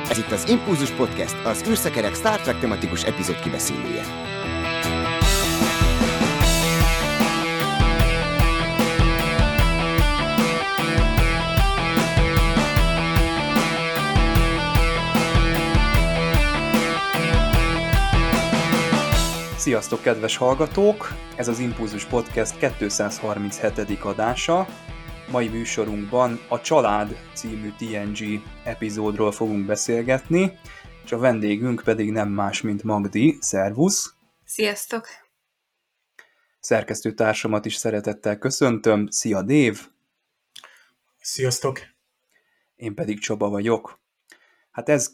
Ez itt az Impulzus Podcast, az űrszekerek Star Trek tematikus epizód kibeszélője. Sziasztok, kedves hallgatók! Ez az Impulzus Podcast 237. adása. Mai műsorunkban a Család című TNG epizódról fogunk beszélgetni, és a vendégünk pedig nem más, mint Magdi. Szervusz! Sziasztok! Szerkesztőtársamat is szeretettel köszöntöm. Szia, Dév! Sziasztok! Én pedig Csaba vagyok. Hát ez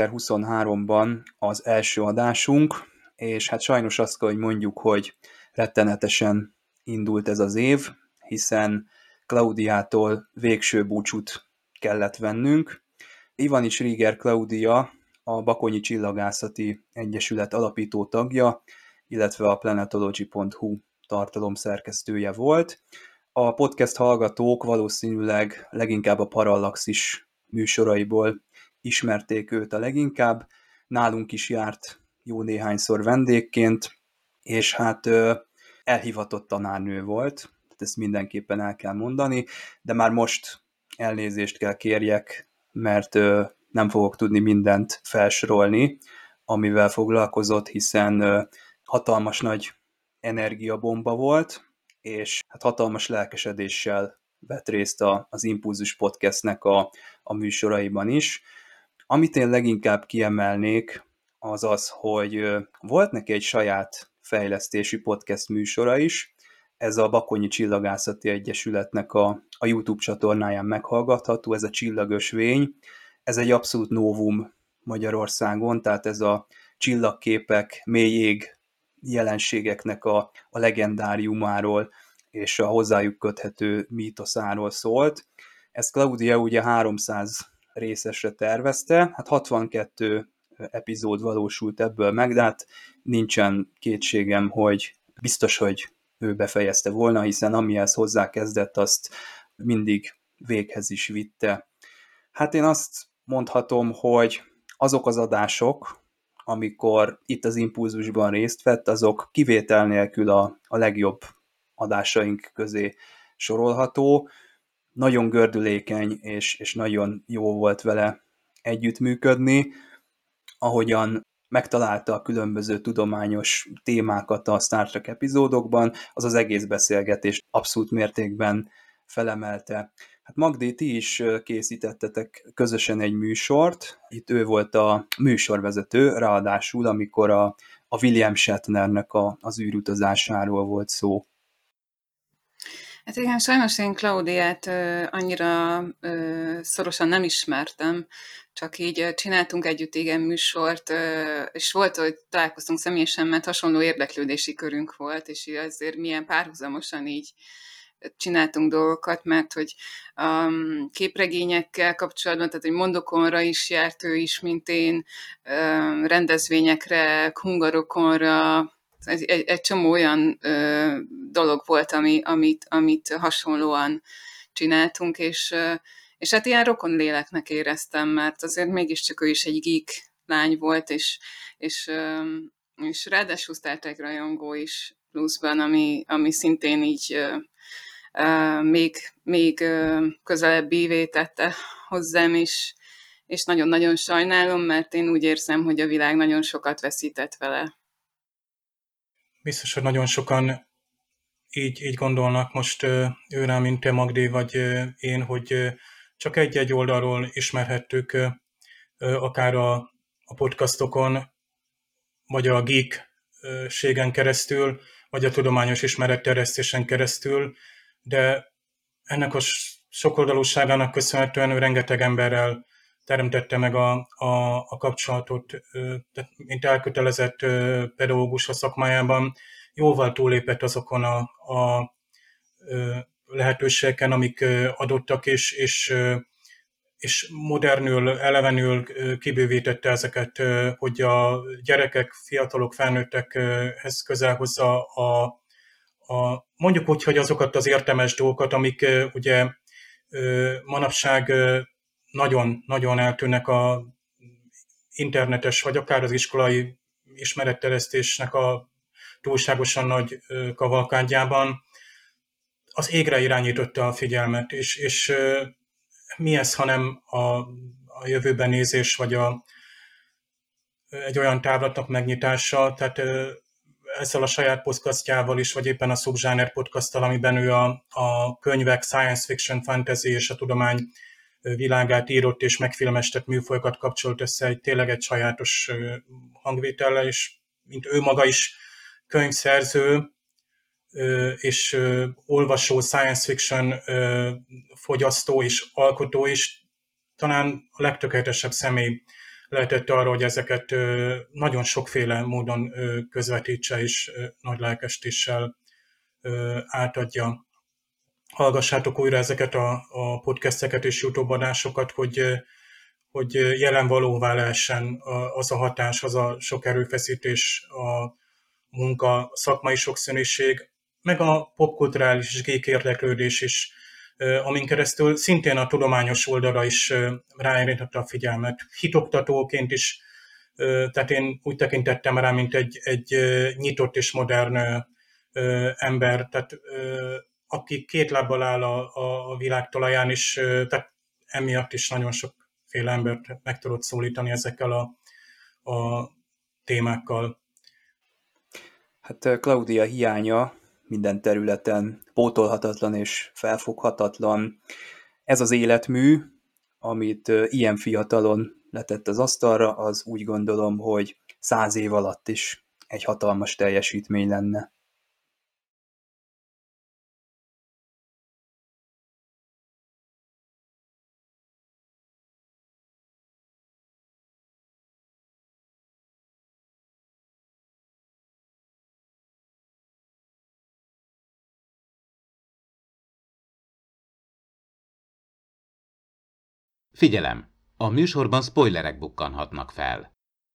2023-ban az első adásunk, és hát sajnos azt kell, hogy mondjuk, hogy rettenetesen indult ez az év, hiszen Claudiától végső búcsút kellett vennünk. Ivanics Rieger Claudia a Bakonyi Csillagászati Egyesület alapító tagja, illetve a planetology.hu tartalomszerkesztője volt. A podcast hallgatók valószínűleg leginkább a Parallaxis műsoraiból ismerték őt a leginkább. Nálunk is járt jó néhányszor vendégként, és hát elhivatott tanárnő volt, ezt mindenképpen el kell mondani, de már most elnézést kell kérjek, mert nem fogok tudni mindent felsorolni, amivel foglalkozott, hiszen hatalmas nagy energiabomba volt, és hát hatalmas lelkesedéssel vett részt az Impulzus Podcastnek a műsoraiban is. Amit én leginkább kiemelnék, az az, hogy volt neki egy saját fejlesztési podcast műsora is, ez a Bakonyi Csillagászati Egyesületnek a YouTube csatornáján meghallgatható, ez a Csillagösvény. Ez egy abszolút novum Magyarországon, tehát ez a csillagképek, mély ég jelenségeknek a legendáriumáról és a hozzájuk köthető mítoszáról szólt. Ezt Claudia ugye 300 részesre tervezte, hát 62 epizód valósult ebből meg, de hát nincsen kétségem, hogy biztos, hogy ő befejezte volna, hiszen amihez hozzákezdett, azt mindig véghez is vitte. Hát én azt mondhatom, hogy azok az adások, amikor itt az Impulzusban részt vett, azok kivétel nélkül a legjobb adásaink közé sorolható. Nagyon gördülékeny, és nagyon jó volt vele együttműködni, ahogyan megtalálta a különböző tudományos témákat a Star Trek epizódokban, az az egész beszélgetést abszolút mértékben felemelte. Hát Magdi, ti is készítettetek közösen egy műsort, itt ő volt a műsorvezető, ráadásul amikor a William Shatnernek az űrutazásáról volt szó. Hát igen, sajnos én Claudiát annyira szorosan nem ismertem, csak így csináltunk együtt igen műsort, és volt, hogy találkoztunk személyesen, mert hasonló érdeklődési körünk volt, és azért milyen párhuzamosan így csináltunk dolgokat, mert hogy képregényekkel kapcsolatban, tehát hogy Mondokonra is járt ő is, mint én, rendezvényekre, Hungarokonra, egy csomó olyan dolog volt, amit hasonlóan csináltunk, és hát ilyen rokon léleknek éreztem, mert azért mégiscsak ő is egy geek lány volt, és ráadásul Star Trek rajongó is pluszban, ami szintén így még közelebbivé tette hozzám is, és nagyon-nagyon sajnálom, mert én úgy érzem, hogy a világ nagyon sokat veszített vele. Biztos, hogy nagyon sokan így gondolnak most őrá, mint te, Magdi, vagy én, hogy csak egy-egy oldalról ismerhettük akár a podcastokon, vagy a geekségen keresztül, vagy a tudományos ismeretterjesztésen keresztül, de ennek a sokoldalúságának köszönhetően ő rengeteg emberrel teremtette meg a kapcsolatot, mint elkötelezett pedagógus a szakmájában, jóval túlépett azokon a lehetőségeken, amik adottak, és modernül, elevenül kibővítette ezeket, hogy a gyerekek, fiatalok, felnőttekhez közel hozza mondjuk úgy, hogy azokat az értelmes dolgokat, amik ugye manapság nagyon-nagyon eltűnnek a internetes, vagy akár az iskolai ismeretterjesztésnek a túlságosan nagy kavalkádjában az égre irányította a figyelmet, és mi ez, hanem a jövőben nézés, vagy egy olyan távlatnak megnyitása, tehát ezzel a saját podcastjával is, vagy éppen a Subzsáner podcasttal, amiben ő a könyvek, science fiction, fantasy és a tudomány világát írott és megfilmesített műfajokat kapcsolt össze tényleg egy sajátos hangvétellel, és mint ő maga is könyvszerző és olvasó, science fiction fogyasztó és alkotó is, talán a legtökéletesebb személy lehetett arra, hogy ezeket nagyon sokféle módon közvetítse és nagy lelkestéssel átadja. Hallgassátok újra ezeket a podcasteket és YouTube adásokat, hogy jelen valóvá lehessen az a hatás, az a sok erőfeszítés, a munka, a szakmai sokszínűség, meg a popkulturális és geek érdeklődés is, amin keresztül szintén a tudományos oldalra is ráirányította a figyelmet. Hitoktatóként is, tehát én úgy tekintettem rá, mint egy nyitott és modern ember, tehát aki két lábbal áll a világ talaján is, tehát emiatt is nagyon sokféle embert meg tudott szólítani ezekkel a témákkal. Hát Claudia hiánya minden területen pótolhatatlan és felfoghatatlan. Ez az életmű, amit ilyen fiatalon letett az asztalra, az úgy gondolom, hogy 100 év alatt is egy hatalmas teljesítmény lenne. Figyelem! A műsorban spoilerek bukkanhatnak fel.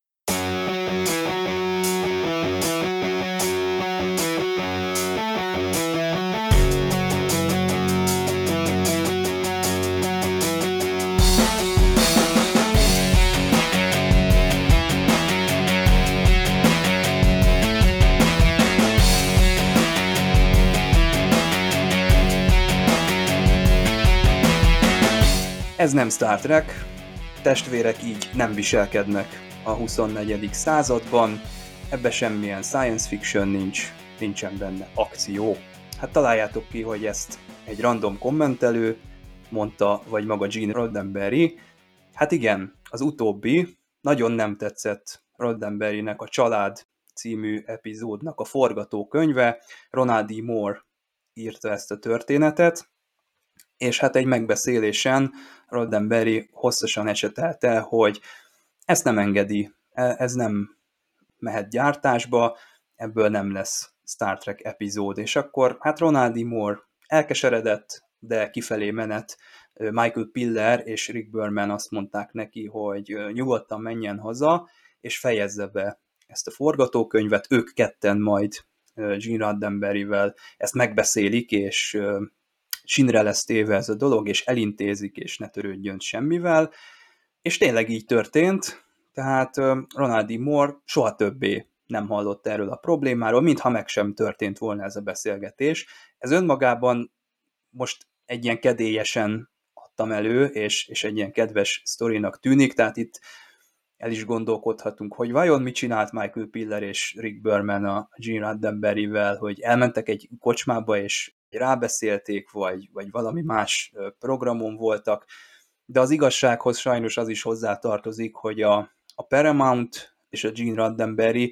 Ez nem Star Trek, testvérek így nem viselkednek a 24. században, ebbe semmilyen science fiction nincs, nincsen benne akció. Hát találjátok ki, hogy ezt egy random kommentelő mondta, vagy maga Gene Roddenberry. Hát igen, az utóbbi nagyon nem tetszett Roddenberrynek a Család című epizódnak a forgatókönyve. Ronald D. Moore írta ezt a történetet, és hát egy megbeszélésen Roddenberry hosszasan esetelte, hogy ezt nem engedi, ez nem mehet gyártásba, ebből nem lesz Star Trek epizód. És akkor hát Ronald D. Moore elkeseredett, de kifelé menet Michael Piller és Rick Berman azt mondták neki, hogy nyugodtan menjen haza, és fejezze be ezt a forgatókönyvet. Ők ketten majd Gene Roddenberryvel ezt megbeszélik, és sínre lesz téve ez a dolog, és elintézik, és ne törődjön semmivel, és tényleg így történt, tehát Ronald D. Moore soha többé nem hallott erről a problémáról, mintha meg sem történt volna ez a beszélgetés. Ez önmagában most egy ilyen kedélyesen adtam elő, és egy ilyen kedves sztorinak tűnik, tehát itt el is gondolkodhatunk, hogy vajon mit csinált Michael Piller és Rick Berman a Gene Roddenberryvel, hogy elmentek egy kocsmába, és rábeszélték, vagy valami más programon voltak, de az igazsághoz sajnos az is hozzátartozik, hogy a Paramount és a Gene Roddenberry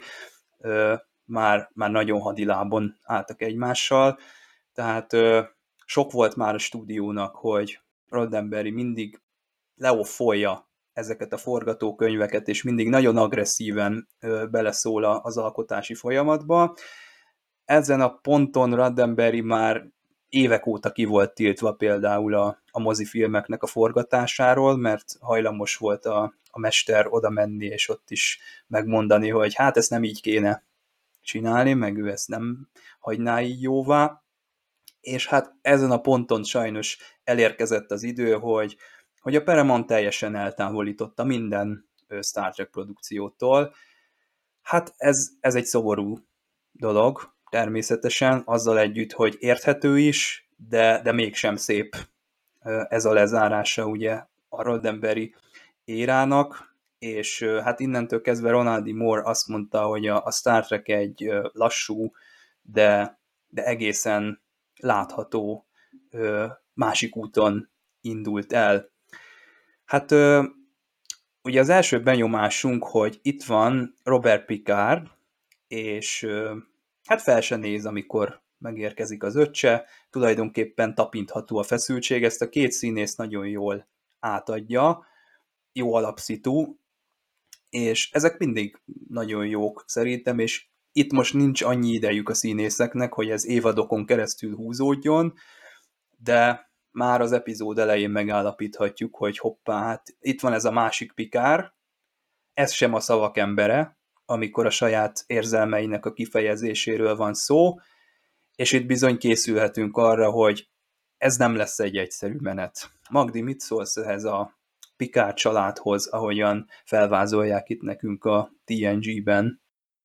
már nagyon hadilábon álltak egymással, tehát sok volt már a stúdiónak, hogy Roddenberry mindig leoffolja ezeket a forgatókönyveket, és mindig nagyon agresszíven beleszól az alkotási folyamatba. Ezen a ponton Roddenberry már évek óta ki volt tiltva például a mozifilmeknek a forgatásáról, mert hajlamos volt a mester oda menni, és ott is megmondani, hogy hát ezt nem így kéne csinálni, meg ő ezt nem hagyná így jóvá. És hát ezen a ponton sajnos elérkezett az idő, hogy a Paramount teljesen eltávolította minden Star Trek produkciótól. Hát ez egy szomorú dolog, természetesen, azzal együtt, hogy érthető is, de mégsem szép ez a lezárása ugye a Roddenberry érának, és hát innentől kezdve Ronald D. Moore azt mondta, hogy a Star Trek egy lassú, de egészen látható másik úton indult el. Hát ugye az első benyomásunk, hogy itt van Robert Picard, és hát fel se néz, amikor megérkezik az öccse, tulajdonképpen tapintható a feszültség, ezt a két színész nagyon jól átadja, jó alapszitu, és ezek mindig nagyon jók szerintem, és itt most nincs annyi idejük a színészeknek, hogy ez évadokon keresztül húzódjon, de már az epizód elején megállapíthatjuk, hogy hoppá, hát itt van ez a másik Picard, ez sem a szavak embere, amikor a saját érzelmeinek a kifejezéséről van szó, és itt bizony készülhetünk arra, hogy ez nem lesz egy egyszerű menet. Magdi, mit szólsz ehhez a Picard családhoz, ahogyan felvázolják itt nekünk a TNG-ben?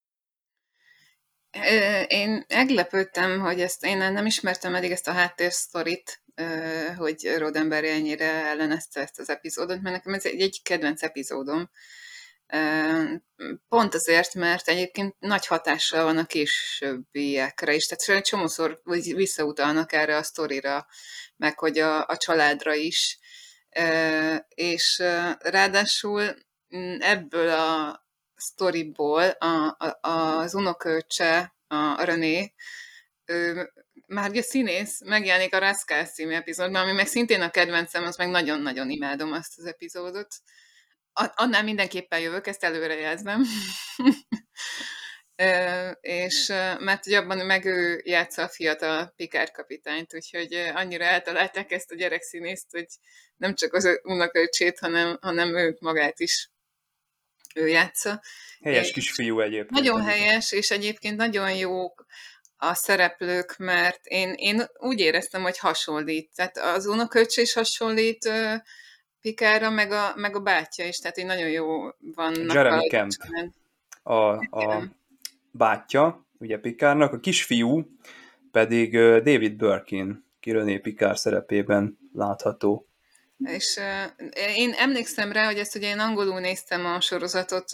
Én meglepődtem, hogy én nem ismertem eddig ezt a háttérsztorit, hogy Roddenberry ennyire ellenezte ezt az epizódot, mert nekem ez egy kedvenc epizódom. Pont azért, mert egyébként nagy hatással van a későbbiekre is, tehát csomószor visszautalnak erre a sztorira, meg hogy a családra is, és ráadásul ebből a sztoriból az unokaöccse, a René, már ugye színész, megjelenik a Rascal című epizódban, ami meg szintén a kedvencem, az meg nagyon-nagyon imádom azt az epizódot. Annál mindenképpen jövök, ezt előrejelzem. És mert ugye abban meg ő játsza a fiatal Picard kapitányt, úgyhogy annyira eltalálták ezt a gyerekszínészt, hogy nem csak az unokaöcsét, hanem őt magát is ő játsza. Helyes kisfiú egyébként. Nagyon helyes, és egyébként nagyon jók a szereplők, mert én úgy éreztem, hogy hasonlít. Tehát az unokaöccse is hasonlít Picardra, meg a bátyja is, tehát így nagyon jó vannak. Jeremy Camp a bátyja, ugye Picardnak, a kisfiú pedig David Birkin, ki René Picard szerepében látható. És én emlékszem rá, hogy ezt ugye én angolul néztem a sorozatot,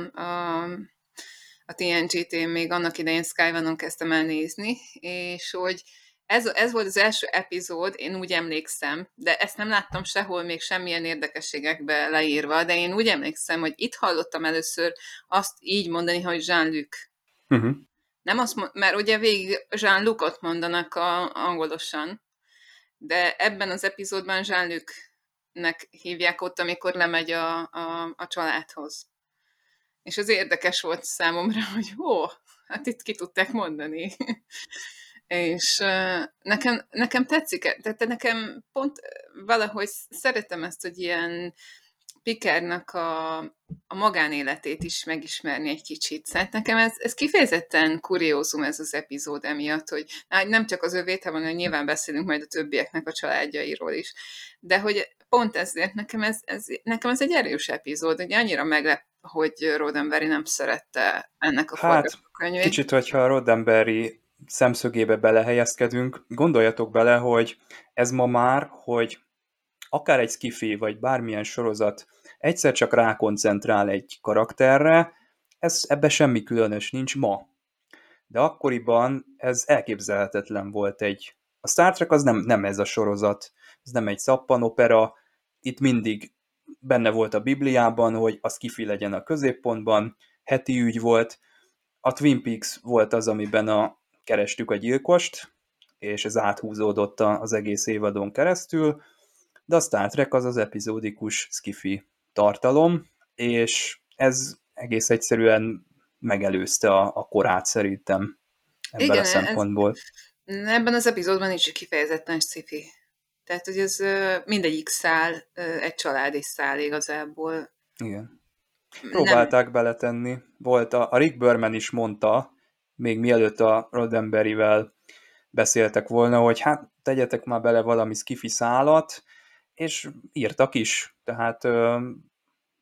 a TNG-t, én még annak idején Sky One-on kezdtem el nézni, és hogy ez volt az első epizód, én úgy emlékszem, de ezt nem láttam sehol még semmilyen érdekességekbe leírva, de én úgy emlékszem, hogy itt hallottam először azt így mondani, hogy Jean-Luc. Uh-huh. Nem azt mert ugye végig Jean-Lucot mondanak angolosan, de ebben az epizódban Jean-Lucnek hívják ott, amikor lemegy a családhoz. És az érdekes volt számomra, hogy hát itt ki tudták mondani. És nekem tetszik, tehát nekem pont valahogy szeretem ezt, hogy ilyen Picardnak a magánéletét is megismerni egy kicsit. Szóval nekem ez kifejezetten kuriózum ez az epizód emiatt, hogy nem csak az övét, hanem nyilván beszélünk majd a többieknek a családjairól is. De hogy pont ezért nekem ez egy erős epizód, hogy annyira meglep, hogy Roddenberry nem szerette ennek a forgatókönyvét. Kicsit, hogyha a Roddenberry szemszögébe belehelyezkedünk, gondoljatok bele, hogy ez ma már, hogy akár egy sci-fi, vagy bármilyen sorozat egyszer csak rákoncentrál egy karakterre, ebbe semmi különös nincs ma. De akkoriban ez elképzelhetetlen volt a Star Trek az nem ez a sorozat, ez nem egy szappanopera, itt mindig benne volt a Bibliában, hogy a sci-fi legyen a középpontban, heti ügy volt, a Twin Peaks volt az, amiben kerestük a gyilkost, és ez áthúzódott az egész évadon keresztül, de a Star Trek az epizódikus sci-fi tartalom, és ez egész egyszerűen megelőzte a korát szerintem ebben a szempontból. Ebben az epizódban nincs kifejezetten sci-fi. Tehát, hogy ez mindegyik szál, egy családi szál igazából. Igen. Próbálták beletenni. Volt a Rick Berman is mondta, még mielőtt a Roddenberryvel beszéltek volna, hogy hát tegyetek már bele valami sci-fi szálat, és írtak is. Tehát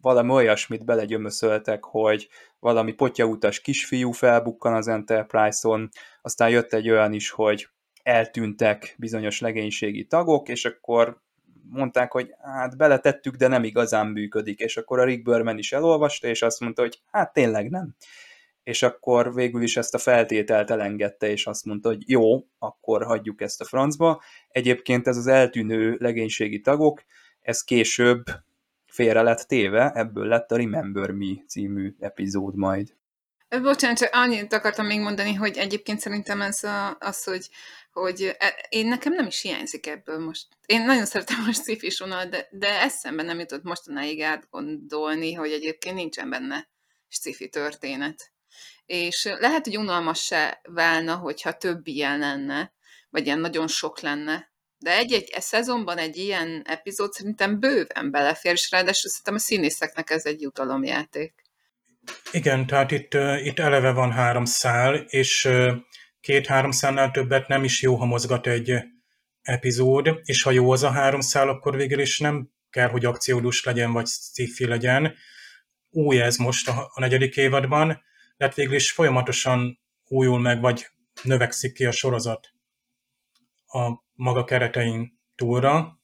valami olyasmit belegyömöszöltek, hogy valami potyautas kisfiú felbukkan az Enterprise-on, aztán jött egy olyan is, hogy eltűntek bizonyos legénységi tagok, és akkor mondták, hogy hát beletettük, de nem igazán működik, és akkor a Rick Berman is elolvasta, és azt mondta, hogy hát tényleg nem. És akkor végül is ezt a feltételt elengedte, és azt mondta, hogy jó, akkor hagyjuk ezt a francba. Egyébként ez az eltűnő legénységi tagok, ez később félre lett téve, ebből lett a Remember Me című epizód majd. Bocsánat, csak annyit akartam még mondani, hogy egyébként szerintem ez hogy én nekem nem is hiányzik ebből most. Én nagyon szeretem most sci-fi vonalat, de eszembe nem jutott mostanáig átgondolni, hogy egyébként nincsen benne sci-fi történet. És lehet, hogy unalmassá válna, hogyha több ilyen lenne, vagy ilyen nagyon sok lenne. De egy szezonban egy ilyen epizód szerintem bőven belefér, és ráadásul szerintem a színészeknek ez egy jutalomjáték. Igen, tehát itt eleve van 3 szál, és 2-3 szálnál többet nem is jó, ha mozgat egy epizód, és ha jó az a 3 szál, akkor végül is nem kell, hogy akciódús legyen, vagy sci-fi legyen. Új ez most a 4. évadban, de hát végül is folyamatosan újul meg, vagy növekszik ki a sorozat a maga keretein túlra.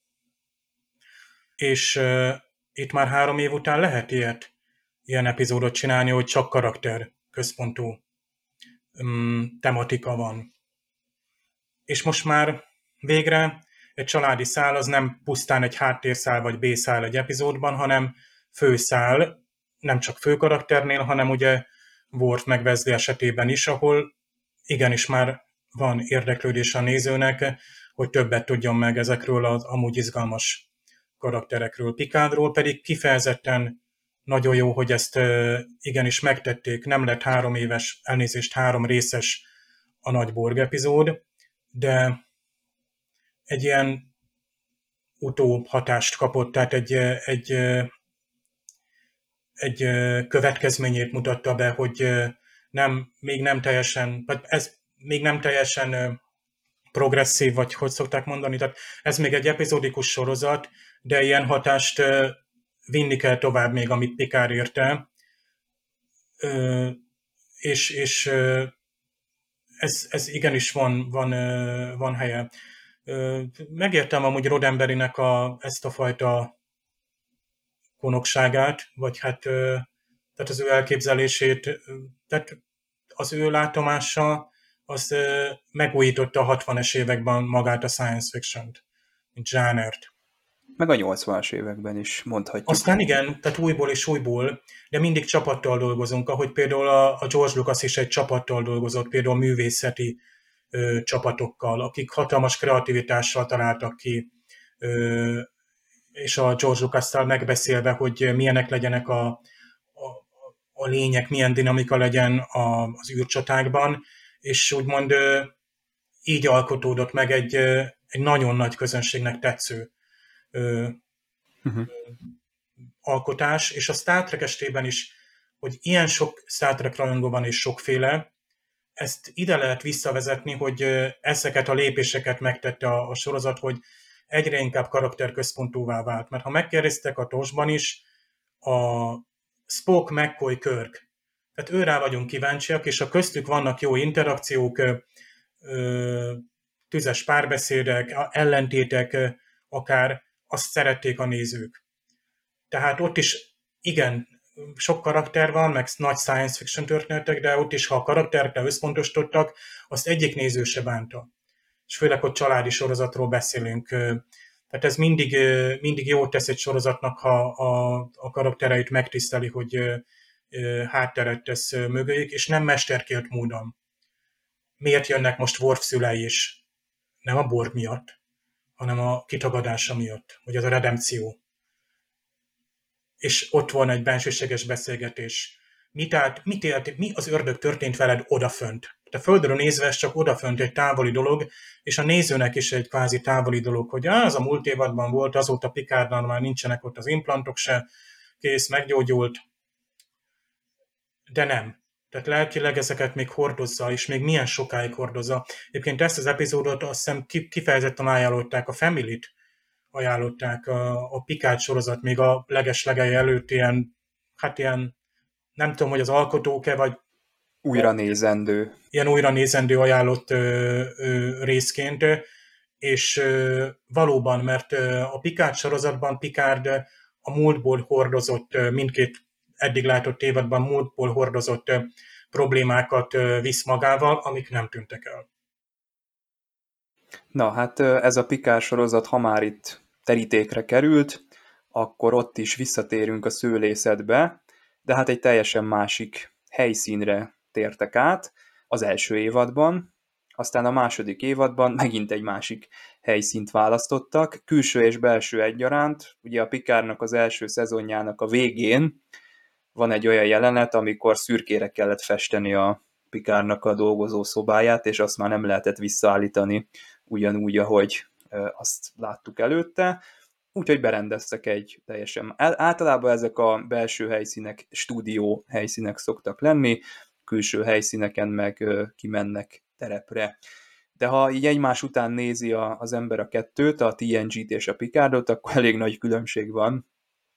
És itt már 3 év után lehet ilyen epizódot csinálni, hogy csak karakter központú tematika van. És most már végre egy családi szál az nem pusztán egy háttérszál vagy B-szál egy epizódban, hanem főszál, nem csak főkarakternél, hanem ugye Worf meg Wesley esetében is, ahol igenis már van érdeklődés a nézőnek, hogy többet tudjon meg ezekről az amúgy izgalmas karakterekről. Picardról pedig kifejezetten nagyon jó, hogy ezt igenis megtették. Nem lett 3 részes a nagy Borg epizód, de egy ilyen utóhatást kapott, tehát egy következményét mutatta be, hogy még nem teljesen progresszív, vagy hogy szokták mondani, tehát ez még egy epizódikus sorozat, de ilyen hatást vinni kell tovább még, amit Picard érte, és ez igenis van helye. Megértem amúgy Roddenberrynek ezt a fajta konokságát, vagy hát tehát az ő elképzelését, tehát az ő látomása, az megújította a 60-es években magát a science fiction-t, mint zsánert. Meg a 80-as években is mondhatjuk. Aztán igen, tehát újból és újból, de mindig csapattal dolgozunk, ahogy például a George Lucas is egy csapattal dolgozott, például művészeti csapatokkal, akik hatalmas kreativitással találtak ki, és a George Lucas-tal megbeszélve, hogy milyenek legyenek a lények, milyen dinamika legyen az űrcsatákban, és úgymond így alkotódott meg egy nagyon nagy közönségnek tetsző alkotás, és a Star Trek estében is, hogy ilyen sok Star Trek rajongó van és sokféle, ezt ide lehet visszavezetni, hogy ezeket a lépéseket megtette a sorozat, hogy egyre inkább karakterközpontúvá vált. Mert ha megkérdeztek a TOS-ban is, a Spock, McCoy, Kirk, tehát őrá vagyunk kíváncsiak, és a köztük vannak jó interakciók, tüzes párbeszédek, ellentétek, akár azt szerették a nézők. Tehát ott is igen, sok karakter van, meg nagy science fiction történetek, de ott is, ha a karakterekre összpontosítottak, azt egyik néző se bánta. És főleg, hogy családi sorozatról beszélünk. Tehát ez mindig jót tesz egy sorozatnak, ha a karaktereit megtiszteli, hogy hátteret tesz mögéjük, és nem mesterkélt módon. Miért jönnek most Worf szülei is? Nem a Borg miatt, hanem a kitagadása miatt, vagy az a redempció. És ott van egy bensőséges beszélgetés. Mi az ördög történt veled odafönt? A Földről nézve ez csak odafönt egy távoli dolog, és a nézőnek is egy kvázi távoli dolog, hogy az a múlt évadban volt, azóta Picardnál már nincsenek ott az implantok se, kész, meggyógyult. De nem. Tehát lelkileg ezeket még hordozza, és még milyen sokáig hordozza. Egyébként ezt az epizódot azt hiszem kifejezetten ajánlották a Family-t ajánlották. A Picard sorozat még a legeslegelje előtt ilyen, nem tudom, hogy az alkotók-e, vagy Újra nézendő. ilyen újra nézendő ajánlott részként, és valóban, mert a Picard sorozatban Picard a múltból hordozott, mindkét eddig látott évadban múltból hordozott problémákat visz magával, amik nem tűntek el. Na, hát ez a Picard sorozat, ha már itt terítékre került, akkor ott is visszatérünk a szőlészetbe, de hát egy teljesen másik helyszínre tértek át az első évadban, aztán a második évadban megint egy másik helyszínt választottak, külső és belső egyaránt. Ugye a Picardnak az első szezonjának a végén van egy olyan jelenet, amikor szürkére kellett festeni a Picardnak a dolgozó szobáját, és azt már nem lehetett visszaállítani ugyanúgy, ahogy azt láttuk előtte. Úgyhogy berendeztek egy teljesen... Általában ezek a belső helyszínek stúdió helyszínek szoktak lenni, külső helyszíneken meg kimennek terepre. De ha így egymás után nézi az ember a kettőt, a TNG-t és a Picardot, akkor elég nagy különbség van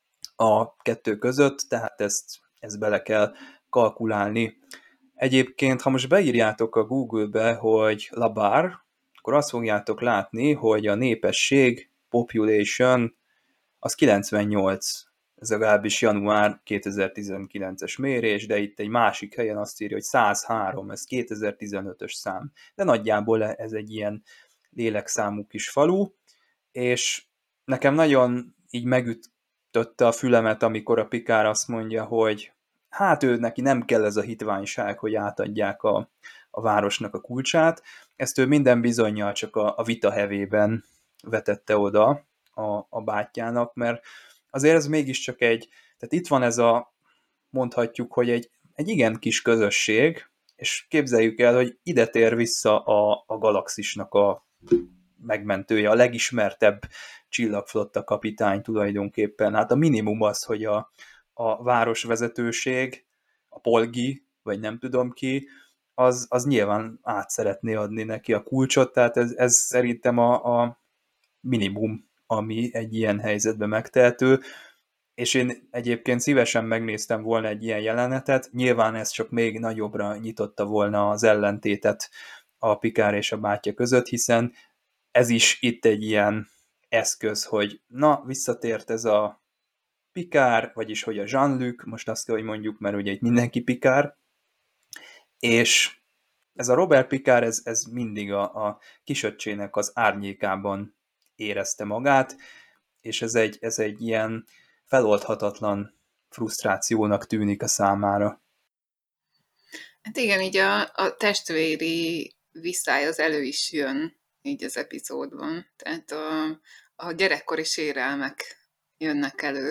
a kettő között, tehát ezt bele kell kalkulálni. Egyébként, ha most beírjátok a Google-be, hogy Labar, akkor azt fogjátok látni, hogy a népesség, population, az 98. Ez legalábbis január 2019-es mérés, de itt egy másik helyen azt írja, hogy 103, ez 2015-ös szám. De nagyjából ez egy ilyen lélekszámú kis falu, és nekem nagyon így megütötte a fülemet, amikor a Picard azt mondja, hogy hát neki nem kell ez a hitványság, hogy átadják a városnak a kulcsát. Ezt ő minden bizonnyal csak a vita hevében vetette oda a bátyjának, mert azért ez mégiscsak tehát itt van ez mondhatjuk, hogy egy igen kis közösség, és képzeljük el, hogy ide tér vissza a galaxisnak a megmentője, a legismertebb csillagflotta kapitány tulajdonképpen. Hát a minimum az, hogy a városvezetőség, a polgi, vagy nem tudom ki, az nyilván át szeretné adni neki a kulcsot, tehát ez szerintem a minimum, ami egy ilyen helyzetben megtehető, és én egyébként szívesen megnéztem volna egy ilyen jelenetet, nyilván ez csak még nagyobbra nyitotta volna az ellentétet a Picard és a bátyja között, hiszen ez is itt egy ilyen eszköz, hogy na, visszatért ez a Picard, vagyis hogy a Jean-Luc, most azt kell, hogy mondjuk, mert ugye itt mindenki Picard, és ez a Robert Picard, ez mindig a kisöccsének az árnyékában érezte magát, és ez egy ilyen feloldhatatlan frusztrációnak tűnik a számára. Hát igen, így a testvéri viszály az elő is jön így az epizódban. Tehát a gyerekkori sérelmek jönnek elő.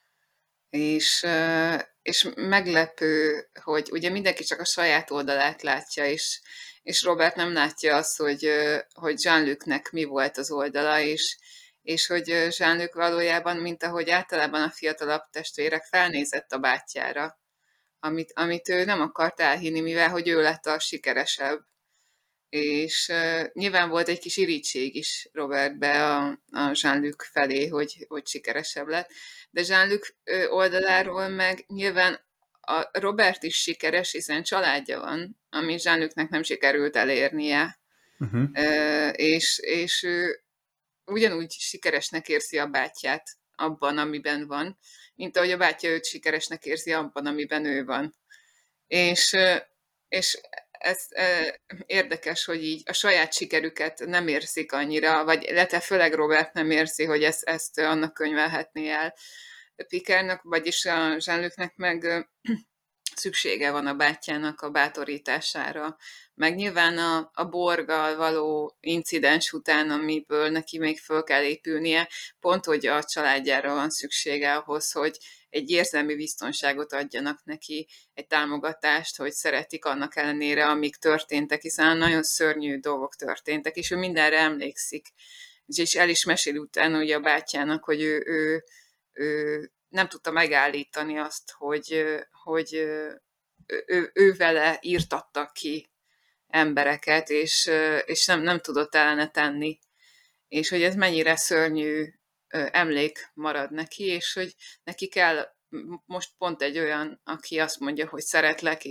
És meglepő, hogy ugye mindenki csak a saját oldalát látja, és Robert nem látja azt, hogy Jean-Lucnek mi volt az oldala, és hogy Jean-Luc valójában, mint ahogy általában a fiatalabb testvérek, felnézett a bátyjára, amit ő nem akart elhinni, mivel hogy ő lett a sikeresebb. És nyilván volt egy kis irigység is Robertbe a Jean-Luc felé, hogy sikeresebb lett. De Jean-Luc oldaláról meg nyilván a Robert is sikeres, hiszen családja van, ami Jean-Lucnek nem sikerült elérnie. Uh-huh. És ő ugyanúgy sikeresnek érzi a bátyját abban, amiben van, mint ahogy a bátyja őt sikeresnek érzi abban, amiben ő van. És ez érdekes, hogy így a saját sikerüket nem érzik annyira, vagy illetve főleg Robert nem érzi, hogy ezt annak könyvelhetné el Picardnak, vagyis a Jean-Lucnek meg szüksége van a bátyjának a bátorítására. Meg nyilván a Borggal való incidens után, amiből neki még föl kell épülnie, pont, hogy a családjára van szüksége ahhoz, hogy egy érzelmi biztonságot adjanak neki, egy támogatást, hogy szeretik annak ellenére, amik történtek, hiszen nagyon szörnyű dolgok történtek, és ő mindenre emlékszik. És el is mesél utána ugye a bátyjának, hogy ő nem tudta megállítani azt, hogy ő vele írtatta ki embereket, és nem tudott ellene tenni. És hogy ez mennyire szörnyű emlék marad neki, és hogy neki kell most pont egy olyan, aki azt mondja, hogy szeretlek,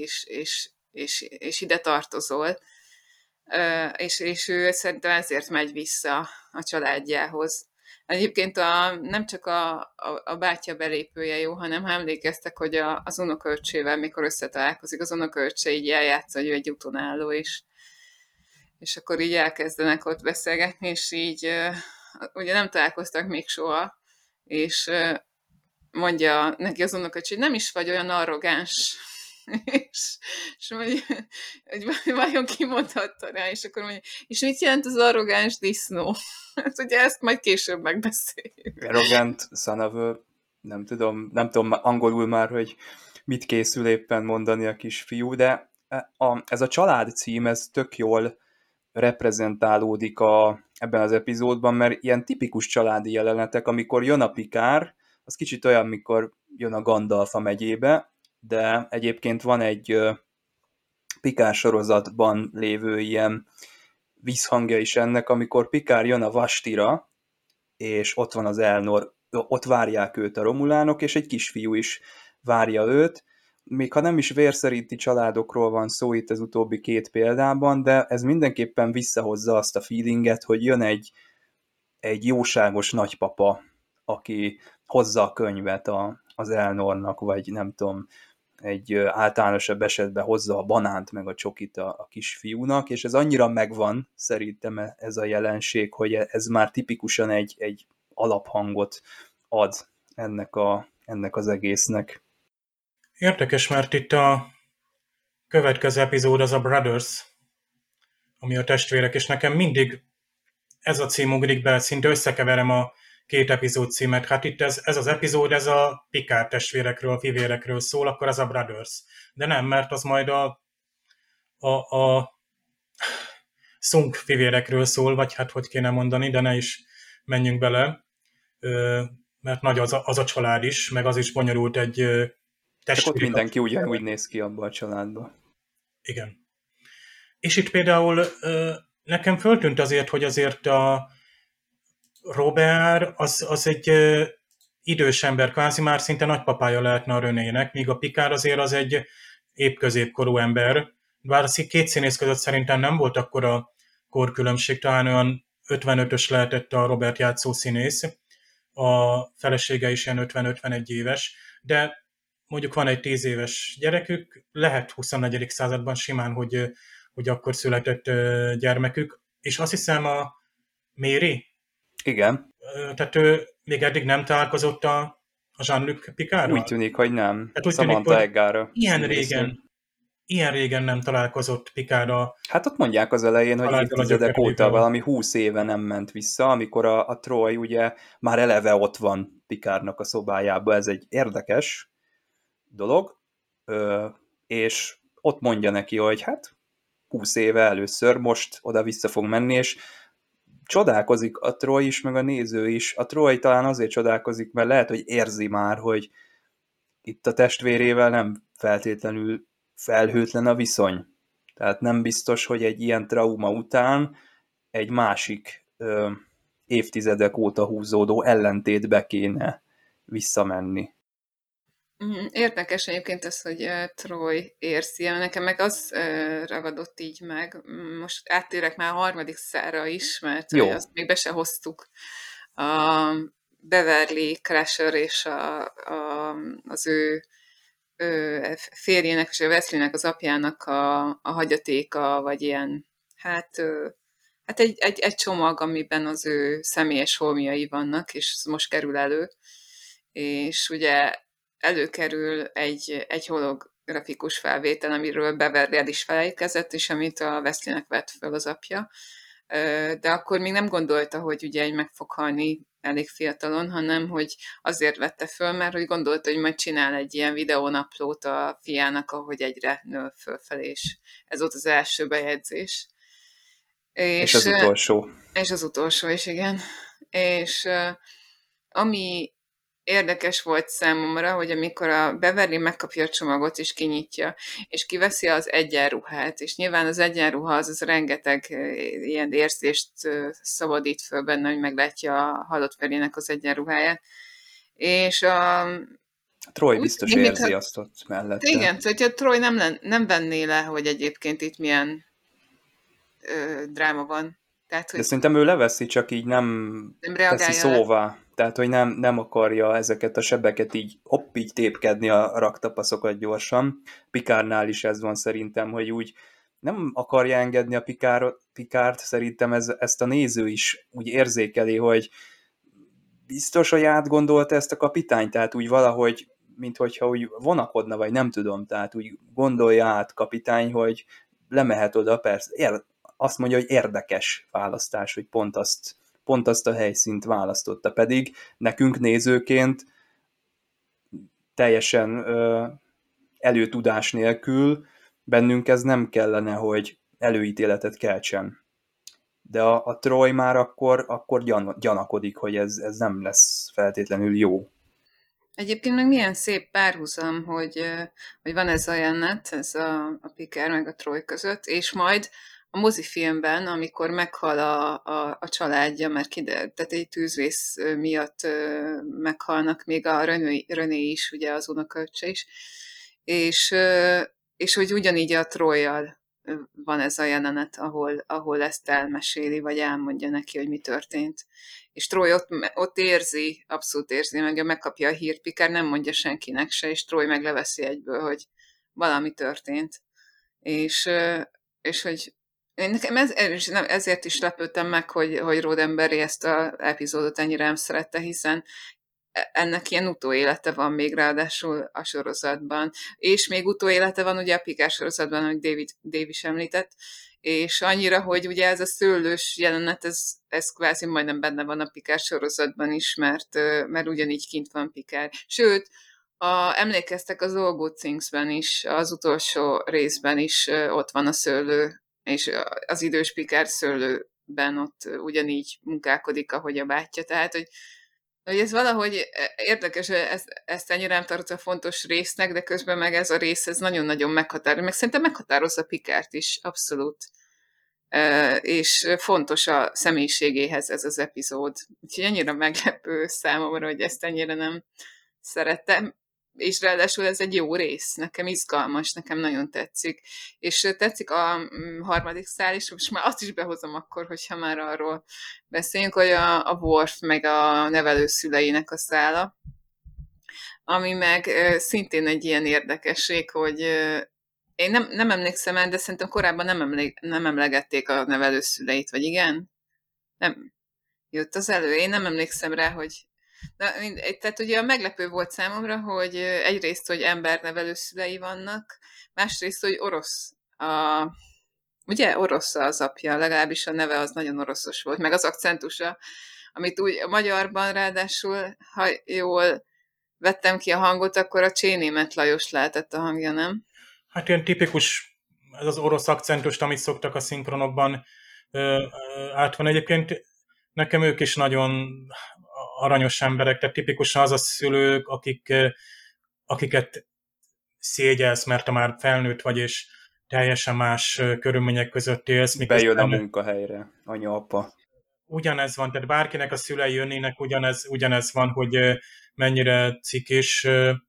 és ide tartozol, és ő szerintem ezért megy vissza a családjához. Egyébként nem csak a bátyja belépője jó, hanem ha emlékeztek, hogy az unokaöccsével, mikor összetalálkozik, az unokaöccse így eljátsza, hogy ő egy úton álló, és akkor így elkezdenek ott beszélgetni, és így ugye nem találkoztak még soha, és mondja neki az unokaöccse, hogy nem is vagy olyan arrogáns, és mondja, hogy vajon kimondhatta rá, és akkor mondja, és mit jelent az arrogáns disznó? Hát ugye ezt majd később megbeszéljük. Arrogant son of a, nem tudom angolul már, hogy mit készül éppen mondani a kisfiú, de ez a család cím, ez tök jól reprezentálódik ebben az epizódban, mert ilyen tipikus családi jelenetek, amikor jön a Picard, az kicsit olyan, mikor jön a Gandalf a megyébe, de egyébként van egy Picard sorozatban lévő ilyen visszhangja is ennek, amikor Picard jön a Vastira, és ott van az Elnor, ott várják őt a romulánok, és egy kisfiú is várja őt, még ha nem is vérszerinti családokról van szó itt az utóbbi 2 példában, de ez mindenképpen visszahozza azt a feelinget, hogy jön egy jóságos nagypapa, aki hozza a könyvet az Elnornak, vagy nem tudom, egy általánosabb esetben hozza a banánt meg a csokit a kisfiúnak, és ez annyira megvan szerintem ez a jelenség, hogy ez már tipikusan egy alaphangot ad ennek az egésznek. Érdekes, mert itt a következő epizód az a Brothers, ami a testvérek, és nekem mindig ez a cím ugrik be, szinte összekeverem a 2 epizód címet. Hát itt ez az epizód, ez a Picard testvérekről, fivérekről szól, akkor ez a Brothers. De nem, mert az majd a Sunk fivérekről szól, vagy hát hogy kéne mondani, de ne is menjünk bele, mert nagy az a család is, meg az is bonyolult egy testvér. Csak ott mindenki ugyanúgy néz ki abban a családban. Igen. És itt például nekem föltűnt azért, hogy azért a Robert az egy idős ember, kvázi már szinte nagypapája lehetne a Renének, míg a Picard azért az egy épp középkorú ember. Bár a 2 színész között szerintem nem volt akkora korkülönbség, talán olyan 55-ös lehetett a Robert játszó színész, a felesége is ilyen 50-51 éves, de mondjuk van egy 10 éves gyerekük, lehet 24. században simán, hogy akkor született gyermekük, és azt hiszem a Mary, igen. Tehát ő még eddig nem találkozott a Jean-Luc Picardral? Úgy tűnik, hogy nem. Samantha Eggarra. Ilyen régen nem találkozott Picardra. Hát ott mondják az elején, hogy évtizedek óta valami 20 éve nem ment vissza, amikor a Troy ugye már eleve ott van Picardnak a szobájában. Ez egy érdekes dolog, és ott mondja neki, hogy hát 20 éve először, most oda-vissza fog menni, és csodálkozik a Troy is, meg a néző is. A Troy talán azért csodálkozik, mert lehet, hogy érzi már, hogy itt a testvérével nem feltétlenül felhőtlen a viszony. Tehát nem biztos, hogy egy ilyen trauma után egy másik évtizedek óta húzódó ellentétbe kéne visszamenni. Érdekes egyébként az, hogy Troy érzi, nekem meg az ragadott így meg. Most áttérek már a 3. szára is, mert azt még be se hoztuk. A Beverly Crusher és az ő férjének és a Wesleynek az apjának a hagyatéka, vagy ilyen, hát egy csomag, amiben az ő személyes holmiai vannak, és ez most kerül elő. És ugye előkerül egy holografikus felvétel, amiről Beverly el is felejtkezett, és amit a Wesleynek vett föl az apja. De akkor még nem gondolta, hogy ugye meg fog halni elég fiatalon, hanem hogy azért vette föl, mert hogy gondolta, hogy majd csinál egy ilyen videónaplót a fiának, ahogy egyre nő fölfelé, és ez volt az első bejegyzés. És az utolsó. És az utolsó is, igen. És ami érdekes volt számomra, hogy amikor a Beverly megkapja a csomagot és kinyitja, és kiveszi az egyenruhát, és nyilván az egyenruha az rengeteg ilyen érzést szabadít föl benne, hogy meglátja a halott Ferinek az egyenruháját. És Troy úgy biztos tűnik, érzi mintha azt ott mellette. igen, szóval hogyha Troy nem venné le, hogy egyébként itt milyen dráma van. Tehát, De hogy szerintem ő leveszi, csak így nem nem teszi reagálja le. szóvá. Tehát, hogy nem akarja ezeket a sebeket így hopp, így tépkedni a raktapaszokat gyorsan. Picardnál is ez van szerintem, hogy úgy nem akarja engedni a Picard, szerintem ezt a néző is úgy érzékeli, hogy biztos, hogy átgondolta ezt a kapitány, tehát úgy valahogy, minthogyha úgy vonakodna, vagy nem tudom, tehát úgy gondolja át kapitány, hogy lemehet oda, persze, azt mondja, hogy érdekes választás, hogy pont azt a helyszínt választotta, pedig nekünk nézőként teljesen előtudás nélkül bennünk ez nem kellene, hogy előítéletet keltsen. De a Troy már akkor gyanakodik, hogy ez nem lesz feltétlenül jó. Egyébként meg milyen szép párhuzam, hogy van ez a jelenet, ez a Picard meg a Troy között, és majd a mozifilmben, amikor meghal a családja, mert tehát egy tűzvész miatt meghalnak, még a René is, ugye az unokaöccse is, és hogy ugyanígy a Troy-jal van ez a jelenet, ahol ezt elmeséli, vagy elmondja neki, hogy mi történt. És Troy ott érzi, abszolút érzi, megkapja a hírt, Picard nem mondja senkinek se, és Troy meg leveszi egyből, hogy valami történt. És hogy nekem ezért is lepődtem meg, hogy Roddenberry ezt az epizódot ennyire nem szerette, hiszen ennek ilyen utóélete van még ráadásul a sorozatban. És még utóélete van ugye a Picard sorozatban, ahogy Dave is említett, és annyira, hogy ugye ez a szőlős jelenet, ez kvázi majdnem benne van a Picard sorozatban is, mert ugyanígy kint van Picard. Sőt, emlékeztek az All Good Things-ben is, az utolsó részben is ott van a szőlő, és az idős Picard szőlőben ott ugyanígy munkálkodik, ahogy a bátyja. Tehát, hogy ez valahogy érdekes, hogy ezt ennyire nem tartja fontos résznek, de közben meg ez a rész, ez nagyon-nagyon meghatározza, meg szerintem meghatározza Picardt is, abszolút. És fontos a személyiségéhez ez az epizód. Úgyhogy annyira meglepő számomra, hogy ezt ennyire nem szerettem. És ráadásul ez egy jó rész, nekem izgalmas, nekem nagyon tetszik. És tetszik a harmadik szál is, most már azt is behozom akkor, hogyha már arról beszéljünk, hogy a Worf meg a nevelőszüleinek a szála, ami meg szintén egy ilyen érdekesség, hogy én nem emlékszem el, de szerintem korábban nem emlegették a nevelőszüleit, vagy igen? Nem jött az elő. Én nem emlékszem rá, hogy tehát ugye meglepő volt számomra, hogy egyrészt, hogy embernevelőszülei vannak, másrészt, hogy orosz. Ugye orosz az apja, legalábbis a neve az nagyon oroszos volt, meg az akcentusa, amit úgy a magyarban ráadásul, ha jól vettem ki a hangot, akkor a Csénémet Lajos lehetett a hangja, nem? Hát ilyen tipikus, ez az orosz akcentust, amit szoktak a szinkronokban át van. Egyébként nekem ők is nagyon aranyos emberek, tehát tipikusan az a szülők, akiket szégyelsz, mert te már felnőtt vagy, és teljesen más körülmények között élsz. Bejön a munkahelyre, anya, apa. Ugyanez van, tehát bárkinek a szülei jönnének, ugyanez van, hogy mennyire cikis.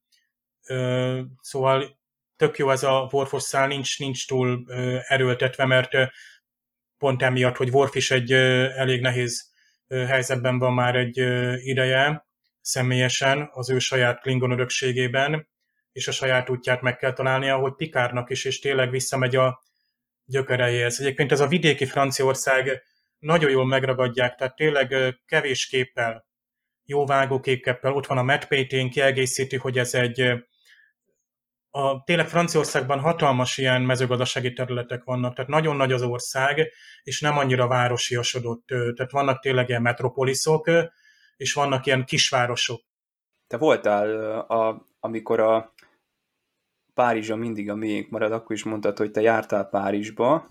Szóval tök jó ez a Worfos szál, nincs túl erőltetve, mert pont emiatt, hogy Worf is egy elég nehéz helyzetben van már egy ideje, személyesen, az ő saját Klingon örökségében, és a saját útját meg kell találnia, hogy Picardnak is, és tényleg visszamegy a gyökereihez. Egyébként ez a vidéki Franciaország nagyon jól megragadják, tehát tényleg kevés képpel, jó vágóképpel, ott van a matte painting, kiegészíti, hogy ez tényleg Franciaországban hatalmas ilyen mezőgazdasági területek vannak, tehát nagyon nagy az ország, és nem annyira városiasodott. Tehát vannak tényleg ilyen metropoliszok, és vannak ilyen kisvárosok. Te voltál, amikor a Párizsa mindig a miénk marad, akkor is mondtad, hogy te jártál Párizsba.